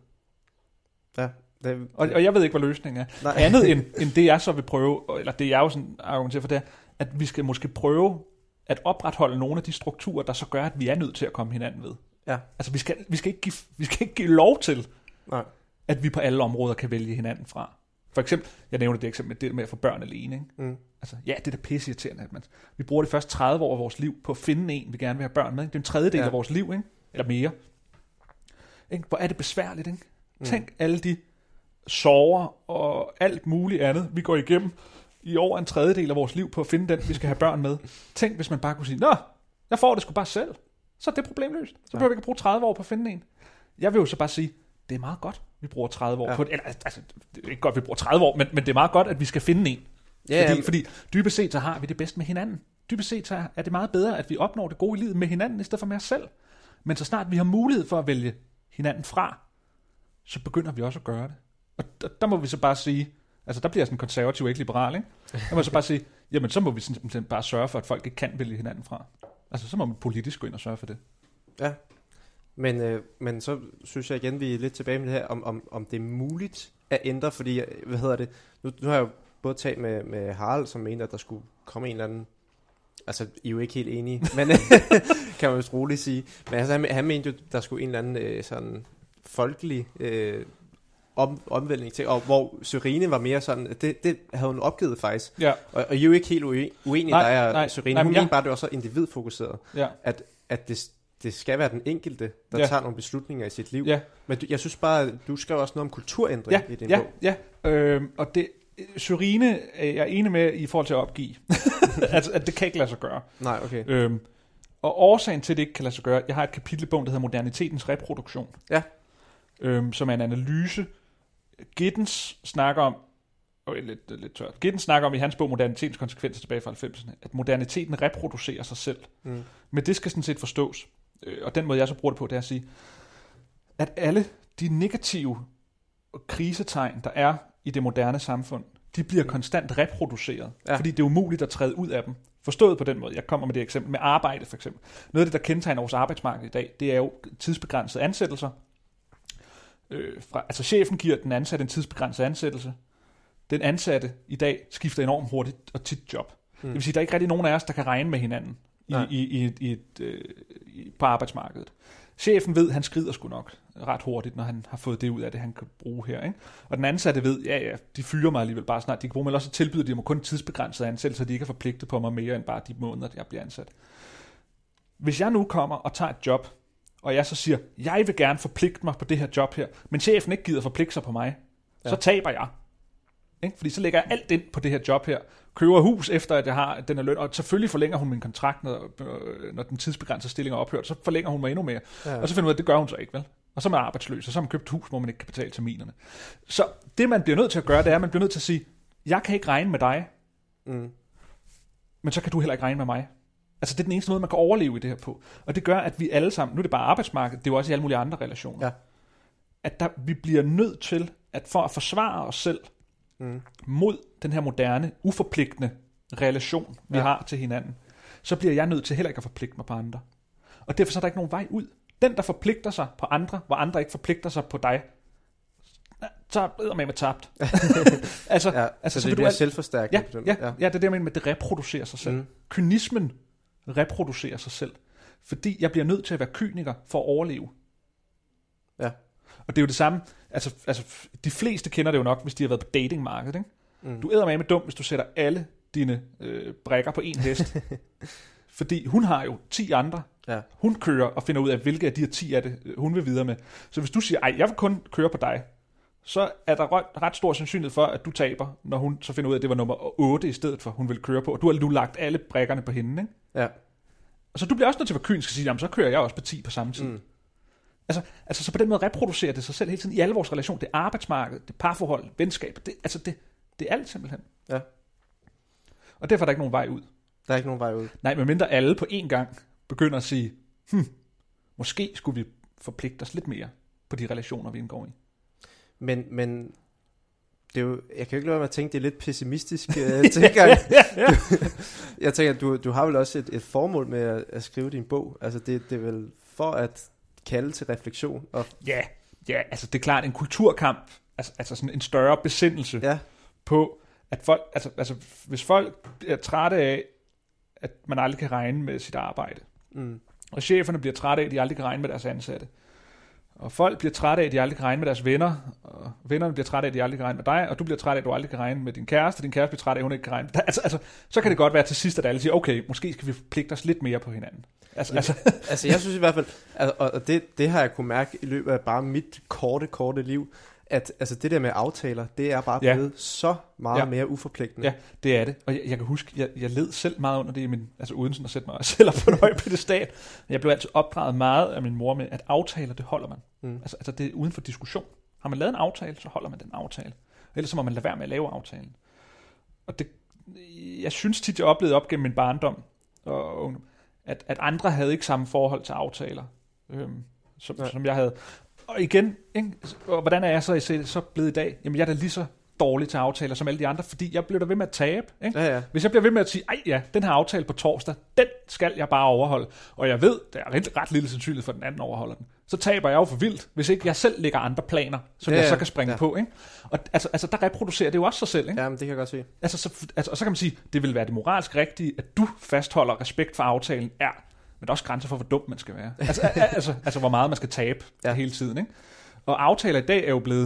[SPEAKER 5] Ja. Det,
[SPEAKER 6] og, og jeg ved ikke, hvad løsningen er. Nej. Andet end, end det, jeg så vil prøve, eller det jeg jo sådan argumenterer for, det er, at vi skal måske prøve at opretholde nogle af de strukturer, der så gør, at vi er nødt til at komme hinanden ved. Ja. Altså, vi skal, vi skal, ikke, give, vi skal ikke give lov til, Nej. at vi på alle områder kan vælge hinanden fra. For eksempel, jeg nævnte det eksempel, det med at få børn alene. Ikke? Mm. Altså, ja, det er da pisseirriterende, at man, vi bruger de første tredive år af vores liv på at finde en, vi gerne vil have børn med. Ikke? Det er en tredjedel ja. af vores liv, ikke? Eller mere. Ikke? Hvor er det besværligt, ikke? Mm. Tænk alle de sorger og alt muligt andet, vi går igennem i over en tredjedel af vores liv på at finde den, vi skal have børn med. Tænk, hvis man bare kunne sige, nå, jeg får det sgu bare selv. Så er det problemløst. Så behøver vi ikke bruge tredive år på at finde en. Jeg vil jo så bare sige, det er meget godt, vi bruger tredive år ja. på det. Eller, altså, det er ikke godt, vi bruger tredive år, men, men det er meget godt, at vi skal finde en. Ja, fordi, ja. fordi dybest set, så har vi det bedst med hinanden. Dybest set, så er det meget bedre, at vi opnår det gode i livet med hinanden, i stedet for med os selv. Men så snart vi har mulighed for at vælge hinanden fra, så begynder vi også at gøre det. Og der, der må vi så bare sige, altså der bliver sådan konservativ, ikke liberal, ikke? Der må vi så bare sige, jamen så må vi simpelthen bare sørge for, at folk ikke kan vælge hinanden fra. Altså så må vi politisk gå ind og sørge for det.
[SPEAKER 5] Ja, men, øh, men så synes jeg igen, vi er lidt tilbage med det her, om, om, om det er muligt at ændre, fordi, hvad hedder det, nu, nu har jeg jo både talt med, med Harald, som mente, at der skulle komme en eller anden, altså I er jo ikke helt enige, men kan man jo roligt sige, men altså, han, han mente jo, der skulle en eller anden øh, sådan folkelig øh, om, omvæltning til, og hvor Sørine var mere sådan, det, det havde hun opgivet faktisk, ja. og, og I er jo ikke helt uenige, der er Sørine, hun mente bare, det var så individfokuseret, ja. at, at det det skal være den enkelte, der ja. tager nogle beslutninger i sit liv. Ja. Men du, jeg synes bare, at du skrev også noget om kulturændring ja. i din
[SPEAKER 6] ja.
[SPEAKER 5] bog.
[SPEAKER 6] Ja, øh, og det, Sørine er jeg enig med i forhold til at opgive. altså, at det kan ikke lade sig gøre.
[SPEAKER 5] Nej, okay.
[SPEAKER 6] Øh, og årsagen til, at det ikke kan lade sig gøre, jeg har et kapitel i bogen, der hedder Modernitetens reproduktion. Ja. Øh, som er en analyse. Giddens snakker om, og lidt, lidt tørt, Giddens snakker om i hans bog Modernitetens konsekvenser tilbage fra halvfemserne, at moderniteten reproducerer sig selv. Mm. Men det skal sådan set forstås. Og den måde, jeg så bruger det på, det er at sige, at alle de negative krisetegn, der er i det moderne samfund, de bliver konstant reproduceret. Ja. Fordi det er umuligt at træde ud af dem. Forstået på den måde. Jeg kommer med det eksempel med arbejde for eksempel. Noget af det, der kendetegner vores arbejdsmarked i dag, det er jo tidsbegrænsede ansættelser. Øh, fra, altså chefen giver den ansatte en tidsbegrænset ansættelse. Den ansatte i dag skifter enormt hurtigt og tit job. Mm. Det vil sige, at der er ikke rigtig nogen af os, der kan regne med hinanden i, i, i, i et, øh, i, på arbejdsmarkedet. Chefen ved, at han skrider sgu nok ret hurtigt, når han har fået det ud af det, han kan bruge her. Ikke? Og den ansatte ved, ja ja, de fyrer mig alligevel bare snart, de kan bruge mig, eller også tilbyder de mig kun tidsbegrænset ansættelse, så de ikke er forpligtet på mig mere end bare de måneder, jeg bliver ansat. Hvis jeg nu kommer og tager et job, og jeg så siger, jeg vil gerne forpligte mig på det her job her, men chefen ikke gider forpligte sig på mig, ja. Så taber jeg. Ikke? Fordi så lægger jeg alt ind på det her job her, køber hus efter, at jeg har den her løn, og selvfølgelig forlænger hun min kontrakt, når, når den tidsbegrænsede stilling er ophørt, så forlænger hun mig endnu mere. Ja. Og så finder man ud af, at det gør hun så ikke, vel? Og så er man arbejdsløs, og så har man købt et hus, hvor man ikke kan betale terminerne. Så det, man bliver nødt til at gøre, det er, at man bliver nødt til at sige, jeg kan ikke regne med dig, mm. men så kan du heller ikke regne med mig. Altså det er den eneste måde, man kan overleve i det her på. Og det gør, at vi alle sammen, nu er det bare arbejdsmarkedet, det er jo også i alle mulige andre relationer, ja. At der, vi bliver nødt til, at for at forsvare os selv, mm. mod den her moderne, uforpligtende relation, vi ja. Har til hinanden, så bliver jeg nødt til heller ikke at forpligte mig på andre. Og derfor så er der ikke nogen vej ud. Den, der forpligter sig på andre, hvor andre ikke forpligter sig på dig, så er man med tabt. altså,
[SPEAKER 5] ja,
[SPEAKER 6] altså,
[SPEAKER 5] så det bliver al... selvforstærkende.
[SPEAKER 6] Ja, ja, ja, ja, det er det, jeg mener med, at det reproducerer sig selv. Mm. Kynismen reproducerer sig selv. Fordi jeg bliver nødt til at være kyniker for at overleve.
[SPEAKER 5] Ja.
[SPEAKER 6] Og det er jo det samme, altså, altså de fleste kender det jo nok, hvis de har været på datingmarkedet, ikke? Mm. Du æder med dum, hvis du sætter alle dine øh, brækker på en hest. Fordi hun har jo ti andre. Ja. Hun kører og finder ud af, hvilke af de her ti er det, hun vil videre med. Så hvis du siger, ej, jeg vil kun køre på dig, så er der ret, ret stor sandsynlighed for, at du taber, når hun så finder ud af, at det var nummer otte i stedet for, hun vil køre på. Og du har nu lagt alle brækkerne på hende, ikke? Ja. Og så du bliver også nødt til at være kynisk og sige, jamen så kører jeg også på ti på samme tid. Mm. Altså, altså så på den måde reproducerer det sig selv hele tiden i alle vores relationer. Det er arbejdsmarked, det er parforhold, venskab. Det, altså det, det er alt simpelthen. Ja. Og derfor er der ikke nogen vej ud.
[SPEAKER 5] Der er ikke nogen vej ud.
[SPEAKER 6] Nej, medmindre alle på én gang begynder at sige, hm, måske skulle vi forpligte os lidt mere på de relationer, vi indgår i.
[SPEAKER 5] Men, men det er jo, jeg kan jo ikke lade mig at tænke, det er lidt pessimistisk uh, tilgang. ja, ja. Jeg tænker, du, du har vel også et, et formål med at, at skrive din bog. Altså det, det er vel for at kalde til refleksion. Og...
[SPEAKER 6] Ja, ja, altså det er klart en kulturkamp, altså, altså sådan en større besindelse ja. På, at folk, altså, altså hvis folk er trætte af, at man aldrig kan regne med sit arbejde, mm. og cheferne bliver trætte af, at de aldrig kan regne med deres ansatte, og folk bliver trætte af, at de aldrig kan regne med deres venner, og vennerne bliver trætte af, at de aldrig kan regne med dig, og du bliver træt af, at du aldrig kan regne med din kæreste, og din kæreste bliver træt af, at hun ikke kan regne med dig. Altså, altså, så kan det godt være til sidst, at alle siger, okay, måske skal vi forpligte os lidt mere på hinanden. Altså,
[SPEAKER 5] altså. altså jeg synes i hvert fald, altså, og det, det har jeg kunne mærke i løbet af bare mit korte, korte liv, at altså, det der med aftaler, det er bare blevet ja. Så meget ja. Mere uforpligtende.
[SPEAKER 6] Ja, det er det. Og jeg, jeg kan huske, jeg, jeg led selv meget under det, i min, altså uden sådan at sætte mig selv op på en høj pedestal. Jeg blev altid opdraget meget af min mor med, at aftaler, det holder man. Mm. Altså, altså det er uden for diskussion. Har man lavet en aftale, så holder man den aftale. Ellers så må man lade være med at lave aftalen. Og det, jeg synes tit, jeg oplevede op gennem min barndom og ungdom, at, at andre havde ikke samme forhold til aftaler, øhm, som, ja. Som jeg havde. Og igen, ikke? Og hvordan er jeg så, så blevet i dag? Jamen jeg er da lige så dårlig til aftaler som alle de andre, fordi jeg bliver da ved med at tabe. Ikke? Ja, ja. Hvis jeg bliver ved med at sige, ej ja, den her aftale på torsdag, den skal jeg bare overholde, og jeg ved, der er ret, ret lille sandsynlighed for, at den anden overholder den, så taber jeg jo for vildt, hvis ikke jeg selv lægger andre planer, som ja, jeg så kan springe ja. På. Ikke? Og altså, altså, der reproducerer det jo også sig selv. Ikke?
[SPEAKER 5] Jamen, det kan jeg godt se.
[SPEAKER 6] Altså, så, altså, og så kan man sige, det vil være det moralsk rigtige, at du fastholder respekt for aftalen, er, men der er også grænser for, hvor dum man skal være. Altså, altså, altså hvor meget man skal tabe ja. Hele tiden. Ikke? Og aftaler i dag er jo blevet,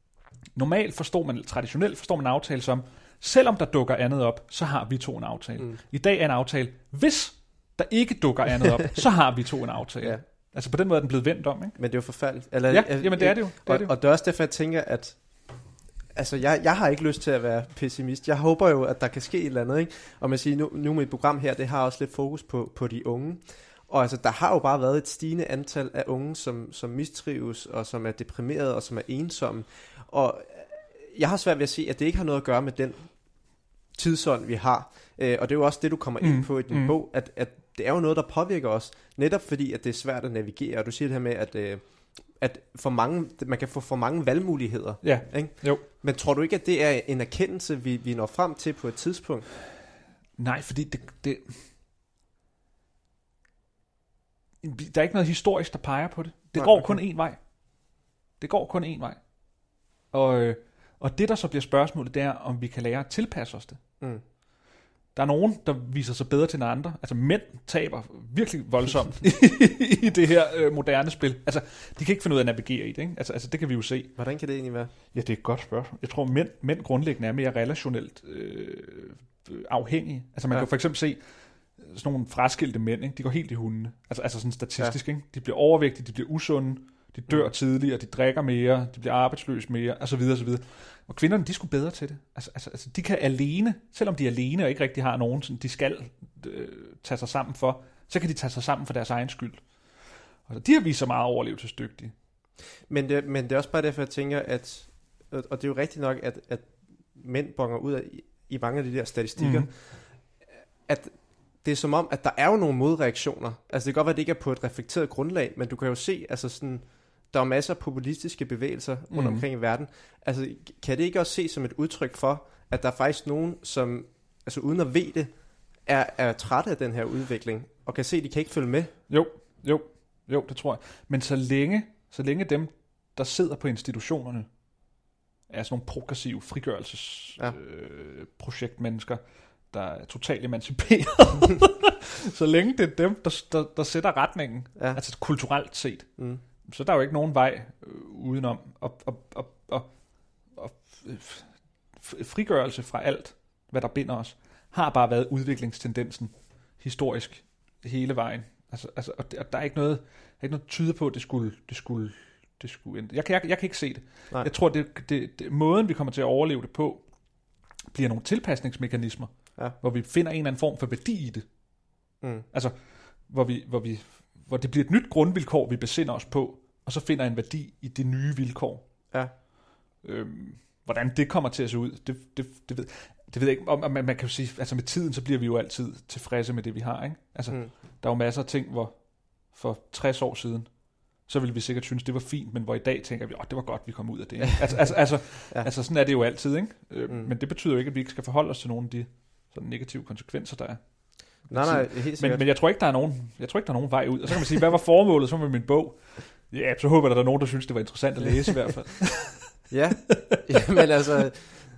[SPEAKER 6] normalt forstår man, traditionelt forstår man en aftale som, selvom der dukker andet op, så har vi to en aftale. Mm. I dag er en aftale, hvis der ikke dukker andet op, så har vi to en aftale. Ja. Altså på den måde er den blevet vendt om, ikke?
[SPEAKER 5] Men det er jo forfærdeligt. Eller,
[SPEAKER 6] ja, jamen det er det jo. Det
[SPEAKER 5] og,
[SPEAKER 6] er det jo.
[SPEAKER 5] Og det er også derfor, jeg tænker, at altså, jeg, jeg har ikke lyst til at være pessimist. Jeg håber jo, at der kan ske et eller andet, ikke? Og man siger, nu, nu med et program her, det har også lidt fokus på, på de unge. Og altså, der har jo bare været et stigende antal af unge, som, som mistrives, og som er deprimerede, og som er ensomme. Og jeg har svært ved at se, at det ikke har noget at gøre med den tidsånd, vi har. Øh, og det er jo også det, du kommer ind på i din mm. bog, at, at det er jo noget, der påvirker os, netop fordi, at det er svært at navigere. Og du siger det her med, at, øh, at for mange, man kan få for mange valgmuligheder.
[SPEAKER 6] Ja,
[SPEAKER 5] ikke?
[SPEAKER 6] Jo.
[SPEAKER 5] Men tror du ikke, at det er en erkendelse, vi, vi når frem til på et tidspunkt?
[SPEAKER 6] Nej, fordi det, det... Der er ikke noget historisk, der peger på det. Det
[SPEAKER 5] Nej,
[SPEAKER 6] går
[SPEAKER 5] okay.
[SPEAKER 6] kun én vej. Det går kun én vej. Og, øh, og det, der så bliver spørgsmålet, det er, om vi kan lære at tilpasse os det.
[SPEAKER 5] Mm.
[SPEAKER 6] Der er nogen, der viser sig bedre til end andre. Altså mænd taber virkelig voldsomt i det her øh, moderne spil. Altså, de kan ikke finde ud af at navigere i det, ikke? Altså, altså, det kan vi jo se.
[SPEAKER 5] Hvordan kan det egentlig være?
[SPEAKER 6] Ja, det er et godt spørgsmål. Jeg tror, mænd, mænd grundlæggende er mere relationelt øh, afhængige. Altså, man
[SPEAKER 5] Ja.
[SPEAKER 6] kan for eksempel se sådan nogle fraskilte mænd, ikke? De går helt i hundene. Altså, altså sådan statistisk, ja. Ikke? De bliver overvægtige, de bliver usunde, de dør mm. tidligere, de drikker mere, de bliver arbejdsløse mere, og så videre, og så videre. Og kvinderne, de er sgu bedre til det. Altså, altså, altså, de kan alene, selvom de er alene og ikke rigtig har nogen, sådan, de skal øh, tage sig sammen for, så kan de tage sig sammen for deres egen skyld. Og de har vist sig meget overlevelsesdygtige.
[SPEAKER 5] Men det, men det er også bare derfor, jeg tænker, at, og det er jo rigtigt nok, at, at mænd bonger ud af, i, i mange af de der statistikker, mm. at det er som om, at der er jo nogle modreaktioner. Altså det kan godt være, at det ikke er på et reflekteret grundlag, men du kan jo se, altså sådan, der er masser af populistiske bevægelser rundt
[SPEAKER 6] Mhm.
[SPEAKER 5] omkring i verden. Altså kan det ikke også ses som et udtryk for, at der er faktisk nogen, som altså uden at vide det, er, er trætte af den her udvikling, og kan se, at de kan ikke følge med?
[SPEAKER 6] Jo, jo, jo, det tror jeg. Men så længe, så længe dem, der sidder på institutionerne, er sådan nogle progressive frigørelsesprojektmennesker, ja. øh, der er totalt emanciperet. Så længe det er dem, der, der, der sætter retningen, ja. Altså kulturelt set, mm. så der er jo ikke nogen vej øh, udenom. Og, og, og, og, og frigørelse fra alt, hvad der binder os, har bare været udviklingstendensen historisk hele vejen. Altså, altså, og, og der er ikke noget, der er ikke noget tyder på, at det skulle, det skulle, det skulle ændre. Jeg, jeg, jeg kan ikke se det. Nej. Jeg tror, det, det, det, måden vi kommer til at overleve det på, bliver nogle tilpasningsmekanismer, ja. Hvor vi finder en eller anden form for værdi i det. Mm. Altså, hvor, vi, hvor, vi, hvor det bliver et nyt grundvilkår, vi besinder os på, og så finder en værdi i det nye vilkår. Ja. Øhm, hvordan det kommer til at se ud, det, det, det, ved, det ved jeg ikke. Og man, man kan jo sige, altså med tiden, så bliver vi jo altid tilfredse med det, vi har. Ikke? Altså, mm. Der er jo masser af ting, hvor for tres år siden, så ville vi sikkert synes, det var fint, men hvor i dag tænker vi, åh, det var godt, vi kom ud af det. altså, altså, altså, ja. altså, sådan er det jo altid, ikke? Øh, mm. Men det betyder jo ikke, at vi ikke skal forholde os til nogle af de sådan negative konsekvenser, der er.
[SPEAKER 5] Nej, nej, helt sikkert.
[SPEAKER 6] Men, men jeg tror ikke, der er nogen, jeg tror ikke, der er nogen vej ud. Og så kan man sige, hvad var formålet så med min bog? Ja, så håber jeg, at der er nogen, der synes, det var interessant at læse i hvert fald.
[SPEAKER 5] Ja, men altså,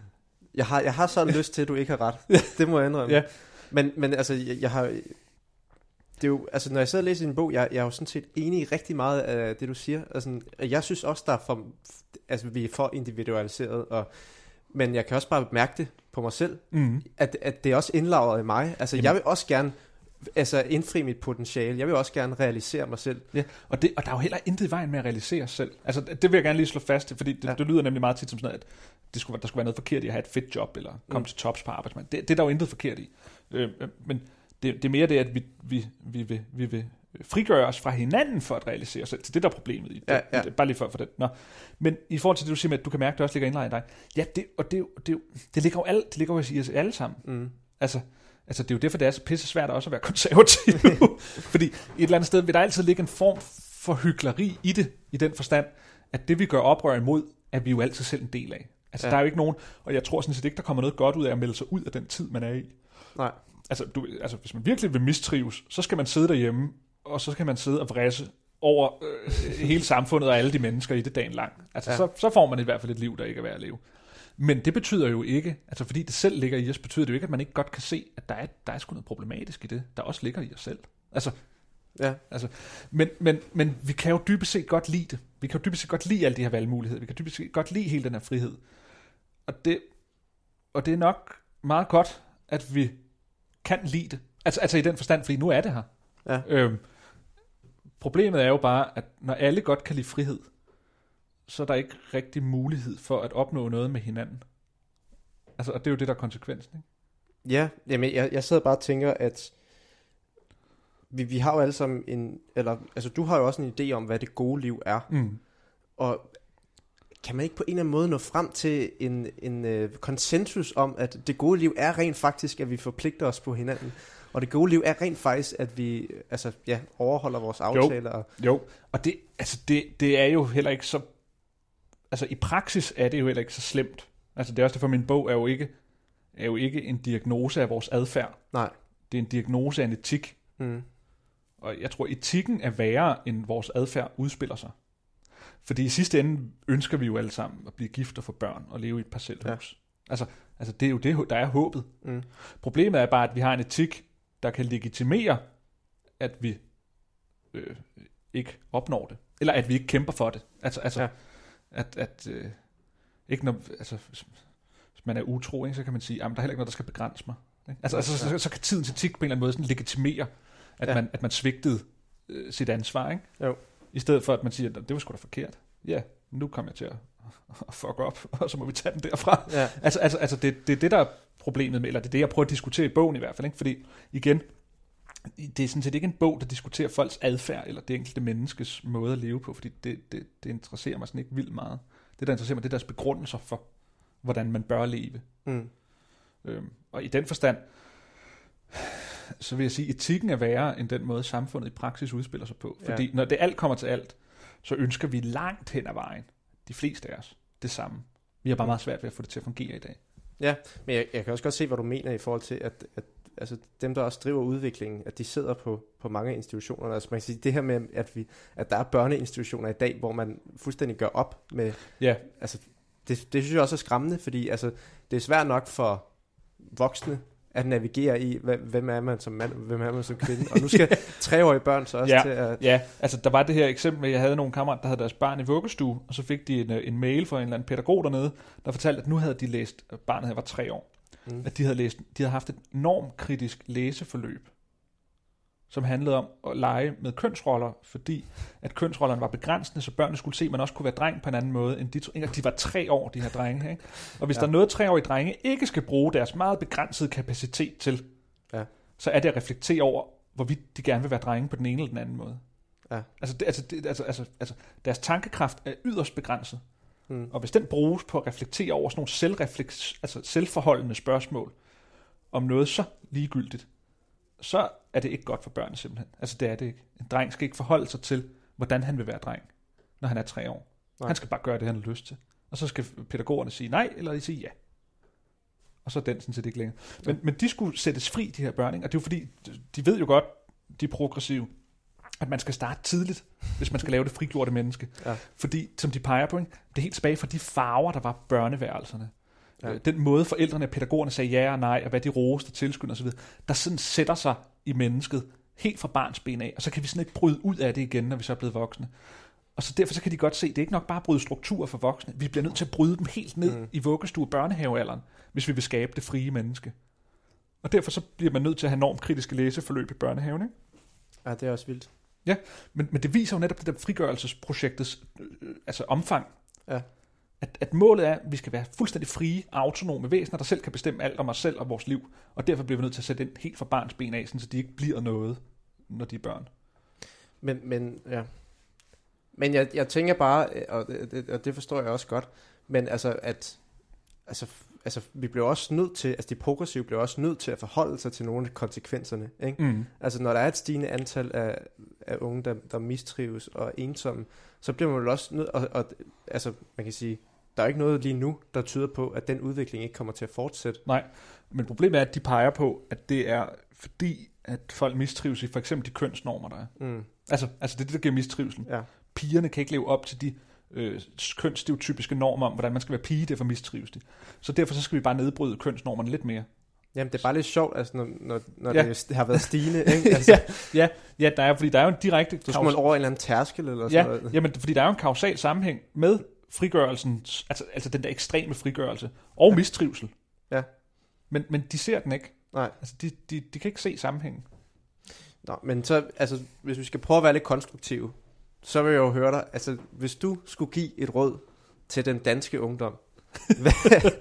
[SPEAKER 5] jeg har, jeg har sådan lyst til, at du ikke har ret. Det må jeg indrømme. Ja. Men, men altså, jeg, jeg har... Det er jo, altså, når jeg sidder og læser din bog, jeg, jeg er jo sådan set enig i rigtig meget af det, du siger. Altså, jeg synes også, der er for, altså, vi er for individualiseret, og, men jeg kan også bare mærke det på mig selv, mm. at, at det er også indlagret i mig. Altså, Jamen. jeg vil også gerne altså, indfri mit potentiale. Jeg vil også gerne realisere mig selv.
[SPEAKER 6] Ja, og, det, og der er jo heller intet i vejen med at realisere sig selv. Altså, det vil jeg gerne lige slå fast, fordi det, ja. det lyder nemlig meget tit som sådan noget, at det skulle, der skulle være noget forkert i at have et fedt job, eller komme mm. til tops på arbejdsmarkedet. Det, det er der jo intet forkert i. Øh, men Det, det er mere det, at vi, vi, vi, vil, vi vil frigøre os fra hinanden for at realisere os selv. Det er det, der er problemet i det. Ja, ja. Bare lige for, for det. Nå. Men i forhold til det, du siger med, at du kan mærke, at det også ligger indlejret i dig. Ja, det, og det, det, det ligger jo alle, det ligger jo i os alle sammen. Mm. Altså, altså, det er jo derfor, det er så pisse svært også at være konservativ. Fordi et eller andet sted vil der altid ligge en form for hykleri i det, i den forstand, at det, vi gør oprør imod, er vi jo altid selv en del af. Altså, ja. Der er jo ikke nogen, og jeg tror sådan set ikke, der kommer noget godt ud af at melde sig ud af den tid, man er i. Nej. Altså, du, altså, hvis man virkelig vil mistrives, så skal man sidde derhjemme, og så skal man sidde og vrisse over øh, hele samfundet og alle de mennesker i det dagen lang. Altså, ja. så, så får man i hvert fald et liv, der ikke er værd at leve. Men det betyder jo ikke, altså fordi det selv ligger i os, betyder det jo ikke, at man ikke godt kan se, at der er, der er sgu noget problematisk i det, der også ligger i os selv. Altså, ja. altså, men, men, men vi kan jo dybest set godt lide det. Vi kan jo dybest set godt lide alle de her valgmuligheder. Vi kan dybest set godt lide hele den her frihed. Og det, og det er nok meget godt, at vi kan lide det. Altså, altså i den forstand, fordi nu er det her. Ja. Øhm, problemet er jo bare, at når alle godt kan lide frihed, så er der ikke rigtig mulighed for at opnå noget med hinanden. Altså, og det er jo det, der er konsekvensen, ikke?
[SPEAKER 5] Ja, jamen, jeg, jeg sidder bare og tænker, at vi, vi har jo alle sammen en, eller, altså du har jo også en idé om, hvad det gode liv er. Mm. Og kan man ikke på en eller anden måde nå frem til en, en uh, konsensus om, at det gode liv er rent faktisk, at vi forpligter os på hinanden, og det gode liv er rent faktisk, at vi altså, ja, overholder vores aftaler.
[SPEAKER 6] Jo, jo. Og det, altså, det, det er jo heller ikke så, altså i praksis er det jo heller ikke så slemt. Altså det er også derfor, min bog er jo ikke er jo ikke en diagnose af vores adfærd.
[SPEAKER 5] Nej.
[SPEAKER 6] Det er en diagnose af en etik.
[SPEAKER 5] Mm.
[SPEAKER 6] Og jeg tror, etikken er værre, end vores adfærd udspiller sig. Fordi i sidste ende ønsker vi jo alle sammen at blive gift og få børn og leve i et parcelhus. Ja. Altså, altså det er jo det, der er håbet. Mm. Problemet er bare, at vi har en etik, der kan legitimere, at vi øh, ikke opnår det. Eller at vi ikke kæmper for det. Altså, altså
[SPEAKER 5] ja.
[SPEAKER 6] at, at øh, ikke når, altså, hvis man er utro, ikke, så kan man sige, at der er heller ikke noget, der skal begrænse mig. Ikke? Altså, altså så, så kan tidens etik på en eller anden måde sådan legitimere, at, ja. man, at man svigtede øh, sit ansvar. Ikke? Jo. I stedet for, at man siger, at det var sgu da forkert. Ja, nu kommer jeg til at, at fuck op, og så må vi tage den derfra. Ja. Altså, altså, altså det, det er det, der er problemet med, eller det er det, jeg prøver at diskutere i bogen i hvert fald. Ikke? Fordi igen, det er sådan set ikke en bog, der diskuterer folks adfærd, eller det enkelte menneskes måde at leve på, fordi det, det, det interesserer mig sådan ikke vildt meget. Det, der interesserer mig, det er deres begrundelser for, hvordan man bør leve. Mm. Øhm, og i den forstand, så vil jeg sige, at etikken er værre end den måde, samfundet i praksis udspiller sig på. Fordi ja. når det alt kommer til alt, så ønsker vi langt hen ad vejen, de fleste af os, det samme. Vi har bare meget svært ved at få det til at fungere i dag.
[SPEAKER 5] Ja, men jeg, jeg kan også godt se, hvad du mener i forhold til, at, at altså dem, der også driver udviklingen, at de sidder på, på mange institutioner. Altså man kan sige, det her med, at, vi, at der er børneinstitutioner i dag, hvor man fuldstændig gør op med...
[SPEAKER 6] Ja.
[SPEAKER 5] Altså, det, det synes jeg også er skræmmende, fordi altså, det er svært nok for voksne at navigere i, hvem er man som mand, hvem er man som kvinde. Og nu skal treårige børn så også
[SPEAKER 6] ja,
[SPEAKER 5] til at...
[SPEAKER 6] Ja, altså der var det her eksempel med, at jeg havde nogle kammerater, der havde deres barn i vuggestue, og så fik de en, en mail fra en eller anden pædagog dernede, der fortalte, at nu havde de læst, barnet her var tre år, mm. at de havde, læst, de havde haft et normkritisk læseforløb, som handlede om at lege med kønsroller, fordi at kønsrollerne var begrænsende, så børnene skulle se, at man også kunne være dreng på en anden måde, end de, de var tre år, de her drenge. Ikke? Og hvis ja. der er noget, treårige drenge ikke skal bruge deres meget begrænsede kapacitet til, ja. så er det at reflektere over, hvorvidt de gerne vil være drenge på den ene eller den anden måde. Ja. Altså, det, altså, det, altså, altså, altså, deres tankekraft er yderst begrænset. Mm. Og hvis den bruges på at reflektere over sådan nogle selvrefleks, altså selvforholdende spørgsmål om noget så ligegyldigt, så er det ikke godt for børnene simpelthen. Altså det er det ikke. En dreng skal ikke forholde sig til, hvordan han vil være dreng, når han er tre år. Nej. Han skal bare gøre det, han har lyst til. Og så skal pædagogerne sige nej, eller de sige ja. Og så er den sådan set ikke længere. Men, ja. men de skulle sættes fri, de her børn, ikke? Og det er jo fordi, de ved jo godt, de er progressive, at man skal starte tidligt, hvis man skal lave det frigjorte menneske. Ja. Fordi, som de peger på, ikke? Det er helt tilbage fra de farver, der var børneværelserne. Ja. Den måde forældrene og pædagogerne sagde ja og nej, og hvad de roste og tilskyndte osv., der sådan sætter sig i mennesket helt fra barns ben af, og så kan vi sådan ikke bryde ud af det igen, når vi så er blevet voksne. Og så derfor så kan de godt se, det er ikke nok bare at bryde strukturer for voksne, vi bliver nødt til at bryde dem helt ned mm. i vuggestue og børnehavealderen, hvis vi vil skabe det frie menneske. Og derfor så bliver man nødt til at have normkritiske læseforløb i børnehaven, ikke?
[SPEAKER 5] Ja, det er også vildt.
[SPEAKER 6] Ja, men, men det viser jo netop det der frigørelsesprojektets øh, altså omfang. Ja. At, at målet er, at vi skal være fuldstændig frie, autonome væsener, der selv kan bestemme alt om os selv og vores liv. Og derfor bliver vi nødt til at sætte ind helt fra barns ben af, så de ikke bliver noget, når de er børn.
[SPEAKER 5] Men, men, ja. men jeg, jeg tænker bare, og det, og det forstår jeg også godt, men altså, at altså, altså, vi bliver også nødt til, altså de progressive bliver også nødt til at forholde sig til nogle af konsekvenserne. Ikke? Mm. Altså når der er et stigende antal af, af unge, der, der mistrives og ensomme, så bliver man jo også nødt, og, og altså man kan sige, der er ikke noget lige nu, der tyder på, at den udvikling ikke kommer til at fortsætte.
[SPEAKER 6] Nej, men problemet er, at de peger på, at det er fordi, at folk mistrives i for eksempel de kønsnormer, der er. Mm. Altså, altså det er det, der giver mistrivsel. Ja. Pigerne kan ikke leve op til de øh, kønsstereotypiske normer om, hvordan man skal være pige, derfor mistrives de. Så derfor så skal vi bare nedbryde kønsnormerne lidt mere.
[SPEAKER 5] Jamen, det er bare lidt sjovt, altså, når, når, når ja. det har været stigende. Ikke? Altså,
[SPEAKER 6] ja, ja, ja, der er, fordi der er jo en direkte...
[SPEAKER 5] Så skal man over en eller anden tærskel eller
[SPEAKER 6] ja,
[SPEAKER 5] sådan noget.
[SPEAKER 6] Jamen, fordi der er jo en kausal sammenhæng med frigørelsen, altså, altså den der ekstreme frigørelse, og ja. mistrivsel.
[SPEAKER 5] Ja.
[SPEAKER 6] Men, men de ser den ikke.
[SPEAKER 5] Nej.
[SPEAKER 6] Altså, de, de, de kan ikke se sammenhængen.
[SPEAKER 5] Nå, men så, altså, hvis vi skal prøve at være lidt konstruktive, så vil jeg jo høre dig, altså, hvis du skulle give et råd til den danske ungdom, hvad,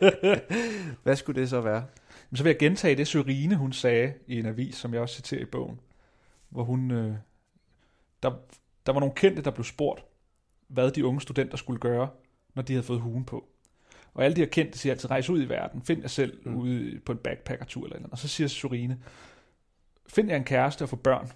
[SPEAKER 5] hvad skulle det så være?
[SPEAKER 6] Men så vil jeg gentage det, Sørine, hun sagde i en avis, som jeg også citerer i bogen, hvor hun, øh, der, der var nogle kendte, der blev spurgt, hvad de unge studenter skulle gøre, når de havde fået huen på. Og alle de her kendte siger altid, rejse ud i verden, find jer selv mm. ude på en backpackertur eller andet. Og så siger Sørine, find jer en kæreste og få børn.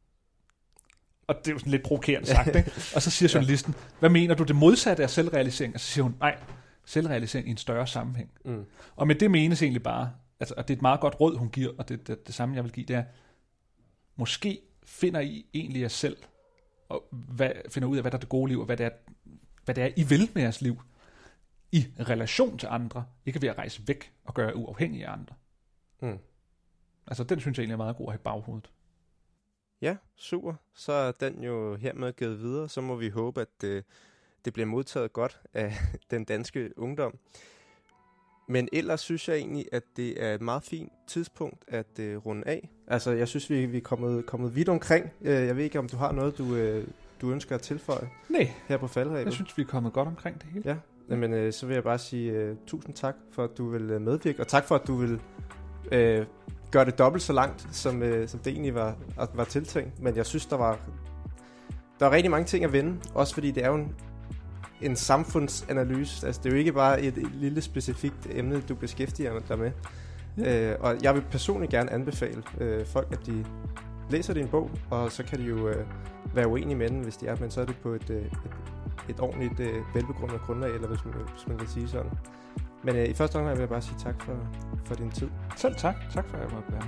[SPEAKER 6] Og det er jo sådan lidt provokerende sagt, ikke? Og så siger journalisten, hvad mener du, det modsatte af selvrealisering? Og så siger hun, nej, selvrealisering i en større sammenhæng. Mm. Og med det menes egentlig bare, altså, og det er et meget godt råd, hun giver, og det, det, det samme, jeg vil give, det er, måske finder I egentlig jer selv, og hvad, finder ud af, hvad der er det gode liv, og hvad det er, hvad det er, I vil med jeres liv, i relation til andre, ikke ved at rejse væk og gøre jer uafhængige af andre.
[SPEAKER 5] Mm.
[SPEAKER 6] Altså, den synes jeg egentlig er meget god at have i baghovedet.
[SPEAKER 5] Ja, super. Så er den jo hermed givet videre. Så må vi håbe, at øh, det bliver modtaget godt af den danske ungdom. Men ellers synes jeg egentlig, at det er et meget fint tidspunkt at øh, runde af. Altså, jeg synes, vi, vi er kommet, kommet vidt omkring. Jeg ved ikke, om du har noget, du, øh, du ønsker at tilføje?
[SPEAKER 6] Nej.
[SPEAKER 5] Her på Falderebet?
[SPEAKER 6] Jeg synes, vi er kommet godt omkring det hele.
[SPEAKER 5] Ja, men øh, så vil jeg bare sige øh, tusind tak for, at du vil øh, medvirke. Og tak for, at du vil øh, gøre det dobbelt så langt, som, øh, som det egentlig var, var tiltænkt. Men jeg synes, der var, der var rigtig mange ting at vende. Også fordi det er jo en, en samfundsanalyse. Altså, det er jo ikke bare et, et lille specifikt emne, du beskæftiger dig med. Ja. Øh, og jeg vil personligt gerne anbefale øh, folk, at de læser din bog, og så kan de jo øh, være uenige med den, hvis de er, men så er det på et, øh, et, et ordentligt, øh, velbegrundet grundlag, eller hvis man, hvis man kan sige sådan. Men øh, i første omgang vil jeg bare sige tak for, for din tid.
[SPEAKER 6] Selv tak. Tak for, at jeg måtte være med.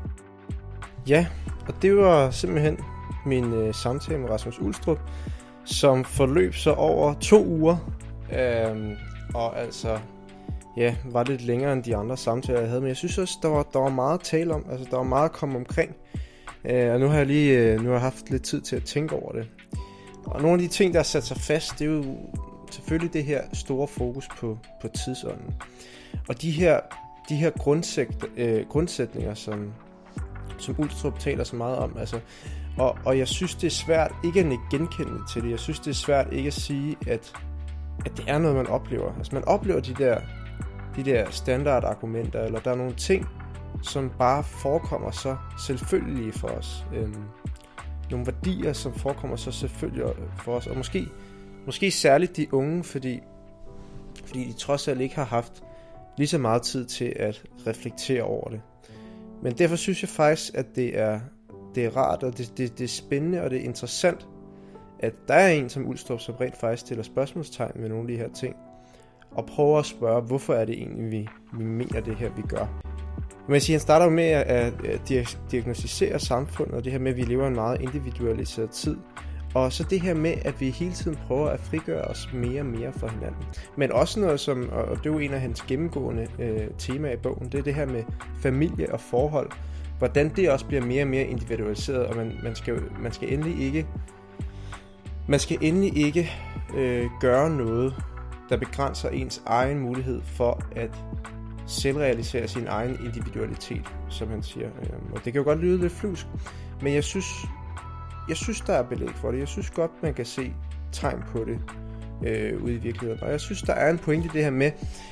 [SPEAKER 5] Ja, og det var simpelthen min øh, samtale med Rasmus Ulstrup, som forløb så over to uger, øhm, og altså, ja, var lidt længere end de andre samtaler, jeg havde, men jeg synes også, der var, der var meget at tale om, altså der var meget at komme omkring, øh, og nu har jeg lige, øh, nu har jeg haft lidt tid til at tænke over det. Og nogle af de ting, der har sat sig fast, det er jo selvfølgelig det her store fokus på, på tidsånden. Og de her, de her grundsæt, øh, grundsætninger, som, som Ulstrup taler så meget om, altså, og, og jeg synes, det er svært ikke at genkende til det. Jeg synes, det er svært ikke at sige, at, at det er noget, man oplever. Altså, man oplever de der, de der standardargumenter, eller der er nogle ting, som bare forekommer så selvfølgelige for os. Øhm, nogle værdier, som forekommer så selvfølgelig for os, og måske, måske særligt de unge, fordi, fordi de trods alt ikke har haft lige så meget tid til at reflektere over det. Men derfor synes jeg faktisk, at det er, det er rart, og det, det, det er spændende, og det er interessant, at der er en som Ulstrup, som rent faktisk stiller spørgsmålstegn ved nogle af de her ting, og prøver at spørge, hvorfor er det egentlig, vi, vi mener det her, vi gør. Men han starter med at diagnostisere samfundet, og det her med, at vi lever en meget individualiseret tid. Og så det her med, at vi hele tiden prøver at frigøre os mere og mere fra hinanden. Men også noget som, og det er jo en af hans gennemgående øh, temaer i bogen, det er det her med familie og forhold. Hvordan det også bliver mere og mere individualiseret, og man, man, skal, man skal endelig ikke, man skal endelig ikke øh, gøre noget, der begrænser ens egen mulighed for at selvrealisere sin egen individualitet, som han siger. Og det kan jo godt lyde lidt flusk, men jeg synes, jeg synes, der er belæg for det. Jeg synes godt, man kan se tegn på det øh, ude i virkeligheden. Og jeg synes, der er en pointe i det her med,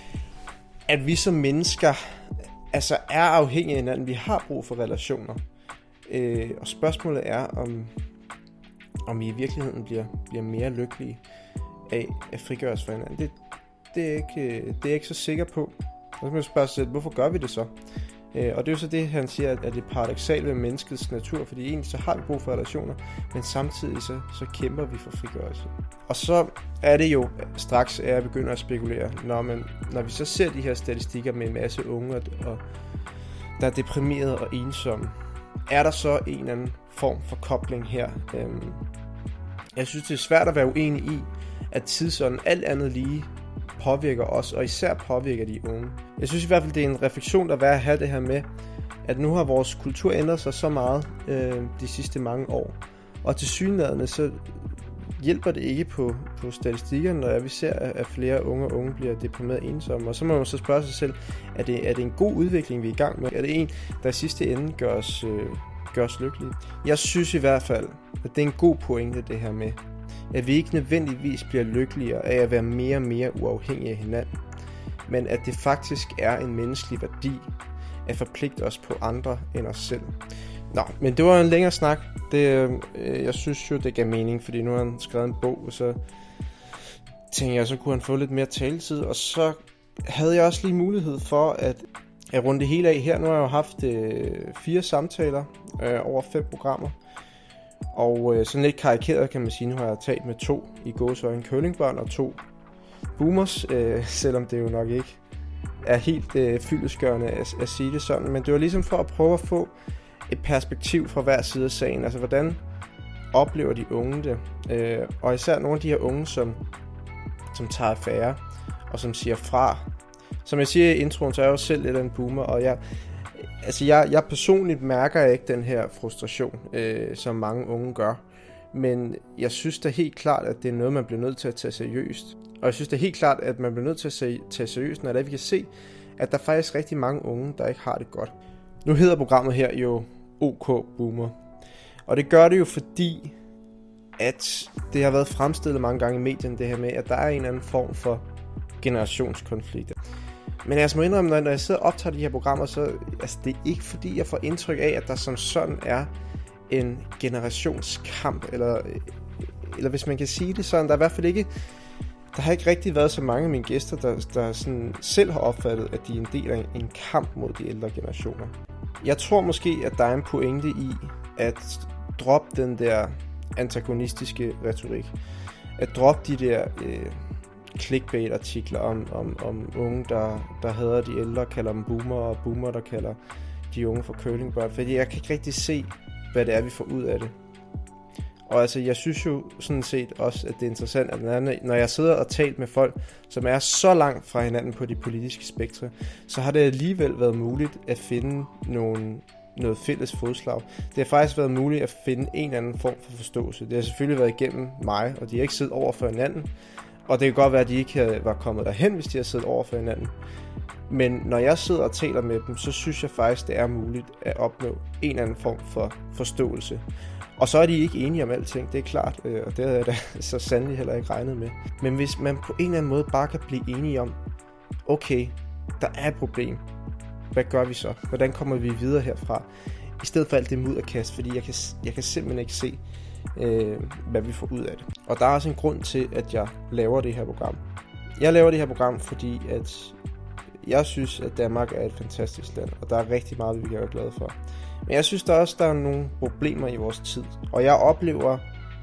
[SPEAKER 5] at vi som mennesker altså er afhængige af hinanden. Vi har brug for relationer. Øh, og spørgsmålet er, om, om vi i virkeligheden bliver, bliver mere lykkelige af at frigøre os fra hinanden. Det, det, er ikke, det er jeg ikke så sikker på. Og så må jeg spørge sig selv, hvorfor gør vi det så? Øh, og det er jo så det, han siger, at det er paradoksalt ved menneskets natur, fordi egentlig så har vi brug for relationer, men samtidig så, så kæmper vi for frigørelse. Og så er det jo straks, at jeg begynder at spekulere, når, man, når vi så ser de her statistikker med en masse unge, og, der er deprimerede og ensomme, er der så en eller anden form for kobling her? Øhm, jeg synes, det er svært at være uenig i, at tidsånden alt andet lige påvirker os, og især påvirker de unge. Jeg synes i hvert fald, det er en refleksion, der er værd at have det her med, at nu har vores kultur ændret sig så meget øh, de sidste mange år, og tilsyneladende så hjælper det ikke på, på statistikkerne, når vi ser, at flere unge og unge bliver deprimeret ensomme, og så må man så spørge sig selv, er det, er det en god udvikling, vi er i gang med? Er det en, der i sidste ende gør os, øh, gør os lykkelige? Jeg synes i hvert fald, at det er en god pointe, det her med, at vi ikke nødvendigvis bliver lykkeligere af at være mere og mere uafhængige af hinanden, men at det faktisk er en menneskelig værdi at forpligte os på andre end os selv. Nå, men det var en længere snak. Det, øh, jeg synes jo, det gav mening, fordi nu har han skrevet en bog, og så tænkte jeg, så kunne han få lidt mere taletid, og så havde jeg også lige mulighed for at, at runde det hele af her. Nu har jeg jo haft øh, fire samtaler øh, over fem programmer, og øh, sådan lidt karikeret kan man sige, nu har jeg talt med to i gåseøjne curlingbørn og to boomers, øh, selvom det jo nok ikke er helt øh, fyldestgørende at, at sige det sådan, men det var ligesom for at prøve at få et perspektiv fra hver side af sagen. Altså, hvordan oplever de unge det? Øh, og især nogle af de her unge, som, som tager affære, og som siger fra. Som jeg siger i introen, så er jeg jo selv lidt af en boomer, og jeg, altså jeg, jeg personligt mærker ikke den her frustration, øh, som mange unge gør. Men jeg synes da helt klart, at det er noget, man bliver nødt til at tage seriøst. Og jeg synes da helt klart, at man bliver nødt til at tage seriøst, når vi kan se, at der er faktisk rigtig mange unge, der ikke har det godt. Nu hedder programmet her jo OK Boomer. Og det gør det jo fordi, at det har været fremstillet mange gange i medierne, det her med, at der er en eller anden form for generationskonflikt. Men jeg må indrømme, når jeg sidder og optager de her programmer, så altså, det er ikke fordi, jeg får indtryk af, at der som sådan er en generationskamp, eller, eller hvis man kan sige det sådan, der er i hvert fald ikke, der har ikke rigtig været så mange af mine gæster, der, der sådan selv har opfattet, at de er en del af en kamp mod de ældre generationer. Jeg tror måske, at der er en pointe i at droppe den der antagonistiske retorik, at droppe de der øh, clickbait-artikler om, om, om unge, der, der hader de ældre, kalder dem boomer, og boomer, der kalder de unge for curlingbørn, fordi jeg kan ikke rigtig se, hvad det er, vi får ud af det. Og altså, jeg synes jo sådan set også, at det er interessant, at når jeg sidder og taler med folk, som er så langt fra hinanden på de politiske spektre, så har det alligevel været muligt at finde nogle, noget fælles fodslag. Det har faktisk været muligt at finde en eller anden form for forståelse. Det har selvfølgelig været igennem mig, og de har ikke siddet over for hinanden. Og det kan godt være, at de ikke var kommet derhen, hvis de har siddet over for hinanden. Men når jeg sidder og taler med dem, så synes jeg faktisk, det er muligt at opnå en eller anden form for forståelse. Og så er de ikke enige om alting, det er klart, og det havde jeg da så sandelig heller ikke regnet med. Men hvis man på en eller anden måde bare kan blive enige om, okay, der er et problem, hvad gør vi så? Hvordan kommer vi videre herfra? I stedet for alt det mudderkast, fordi jeg kan, jeg kan simpelthen ikke se, øh, hvad vi får ud af det. Og der er også en grund til, at jeg laver det her program. Jeg laver det her program, fordi at jeg synes, at Danmark er et fantastisk land, og der er rigtig meget, vi kan være glade for. Men jeg synes der også, der er nogle problemer i vores tid. Og jeg oplever,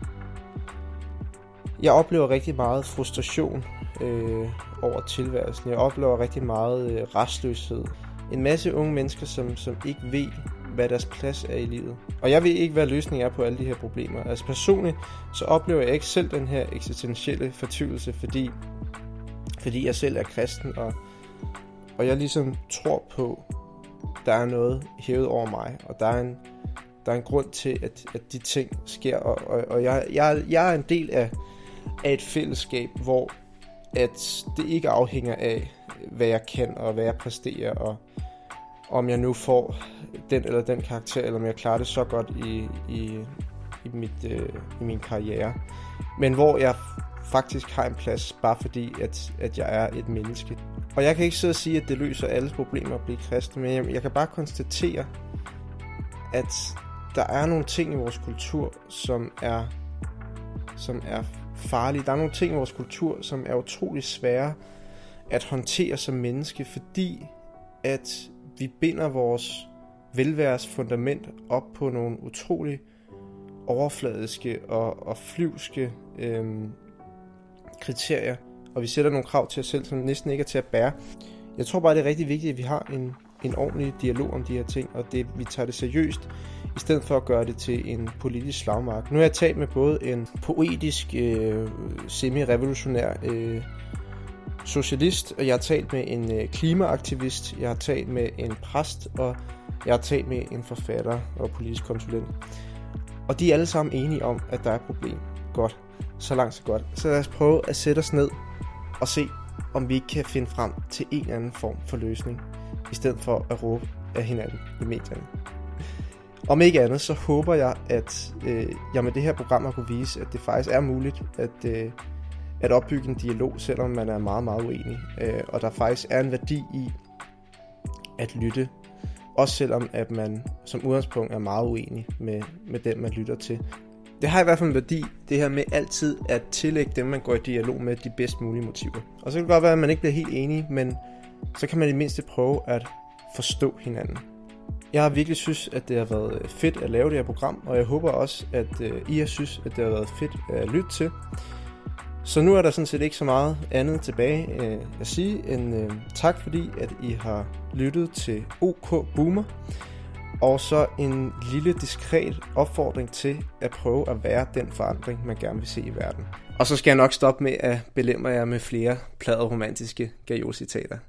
[SPEAKER 5] jeg oplever rigtig meget frustration øh, over tilværelsen. Jeg oplever rigtig meget øh, restløshed. En masse unge mennesker, som, som ikke ved, hvad deres plads er i livet. Og jeg ved ikke, hvad løsningen er på alle de her problemer. Altså personligt, så oplever jeg ikke selv den her eksistentielle fortvivlelse, fordi, fordi jeg selv er kristen, og, og jeg ligesom tror på, der er noget hævet over mig, og der er en, der er en grund til, at, at de ting sker, og, og, og jeg, jeg, jeg er en del af, af et fællesskab, hvor at det ikke afhænger af, hvad jeg kan, og hvad jeg præsterer, og om jeg nu får den eller den karakter, eller om jeg klarer det så godt i, i, i, mit, øh, i min karriere, men hvor jeg faktisk har en plads, bare fordi, at, at jeg er et menneske. Og jeg kan ikke sidde og sige, at det løser alle problemer at blive kristen, men jeg, jeg kan bare konstatere, at der er nogle ting i vores kultur, som er, som er farlige. Der er nogle ting i vores kultur, som er utrolig svære at håndtere som menneske, fordi at vi binder vores velværes fundament op på nogle utrolig overfladiske og, og flyvske øhm, kriterier, og vi sætter nogle krav til os selv, som næsten ikke er til at bære. Jeg tror bare, det er rigtig vigtigt, at vi har en, en ordentlig dialog om de her ting, og det, vi tager det seriøst, i stedet for at gøre det til en politisk slagmark. Nu har jeg talt med både en poetisk, øh, semi-revolutionær øh, socialist, og jeg har talt med en øh, klimaaktivist, jeg har talt med en præst, og jeg har talt med en forfatter og politisk konsulent. Og de er alle sammen enige om, at der er et problem. Godt. Så langt så godt. Så lad os prøve at sætte os ned og se, om vi ikke kan finde frem til en eller anden form for løsning, i stedet for at råbe af hinanden i medierne. Om ikke andet, så håber jeg, at øh, jeg med det her program har kunne vise, at det faktisk er muligt at, øh, at opbygge en dialog, selvom man er meget, meget uenig. Øh, og der faktisk er en værdi i at lytte, også selvom at man som udgangspunkt er meget uenig med, med den, man lytter til. Det har i hvert fald en værdi, det her med altid at tillægge dem, man går i dialog med, de bedst mulige motiver. Og så kan det godt være, at man ikke bliver helt enige, men så kan man i det mindste prøve at forstå hinanden. Jeg har virkelig synes, at det har været fedt at lave det her program, og jeg håber også, at øh, I har synes, at det har været fedt at lytte til. Så nu er der sådan set ikke så meget andet tilbage øh, at sige end øh, tak fordi, at I har lyttet til OK Boomer. Og så en lille diskret opfordring til at prøve at være den forandring, man gerne vil se i verden. Og så skal jeg nok stoppe med at belemre jer med flere pladerromantiske Gajot-citater.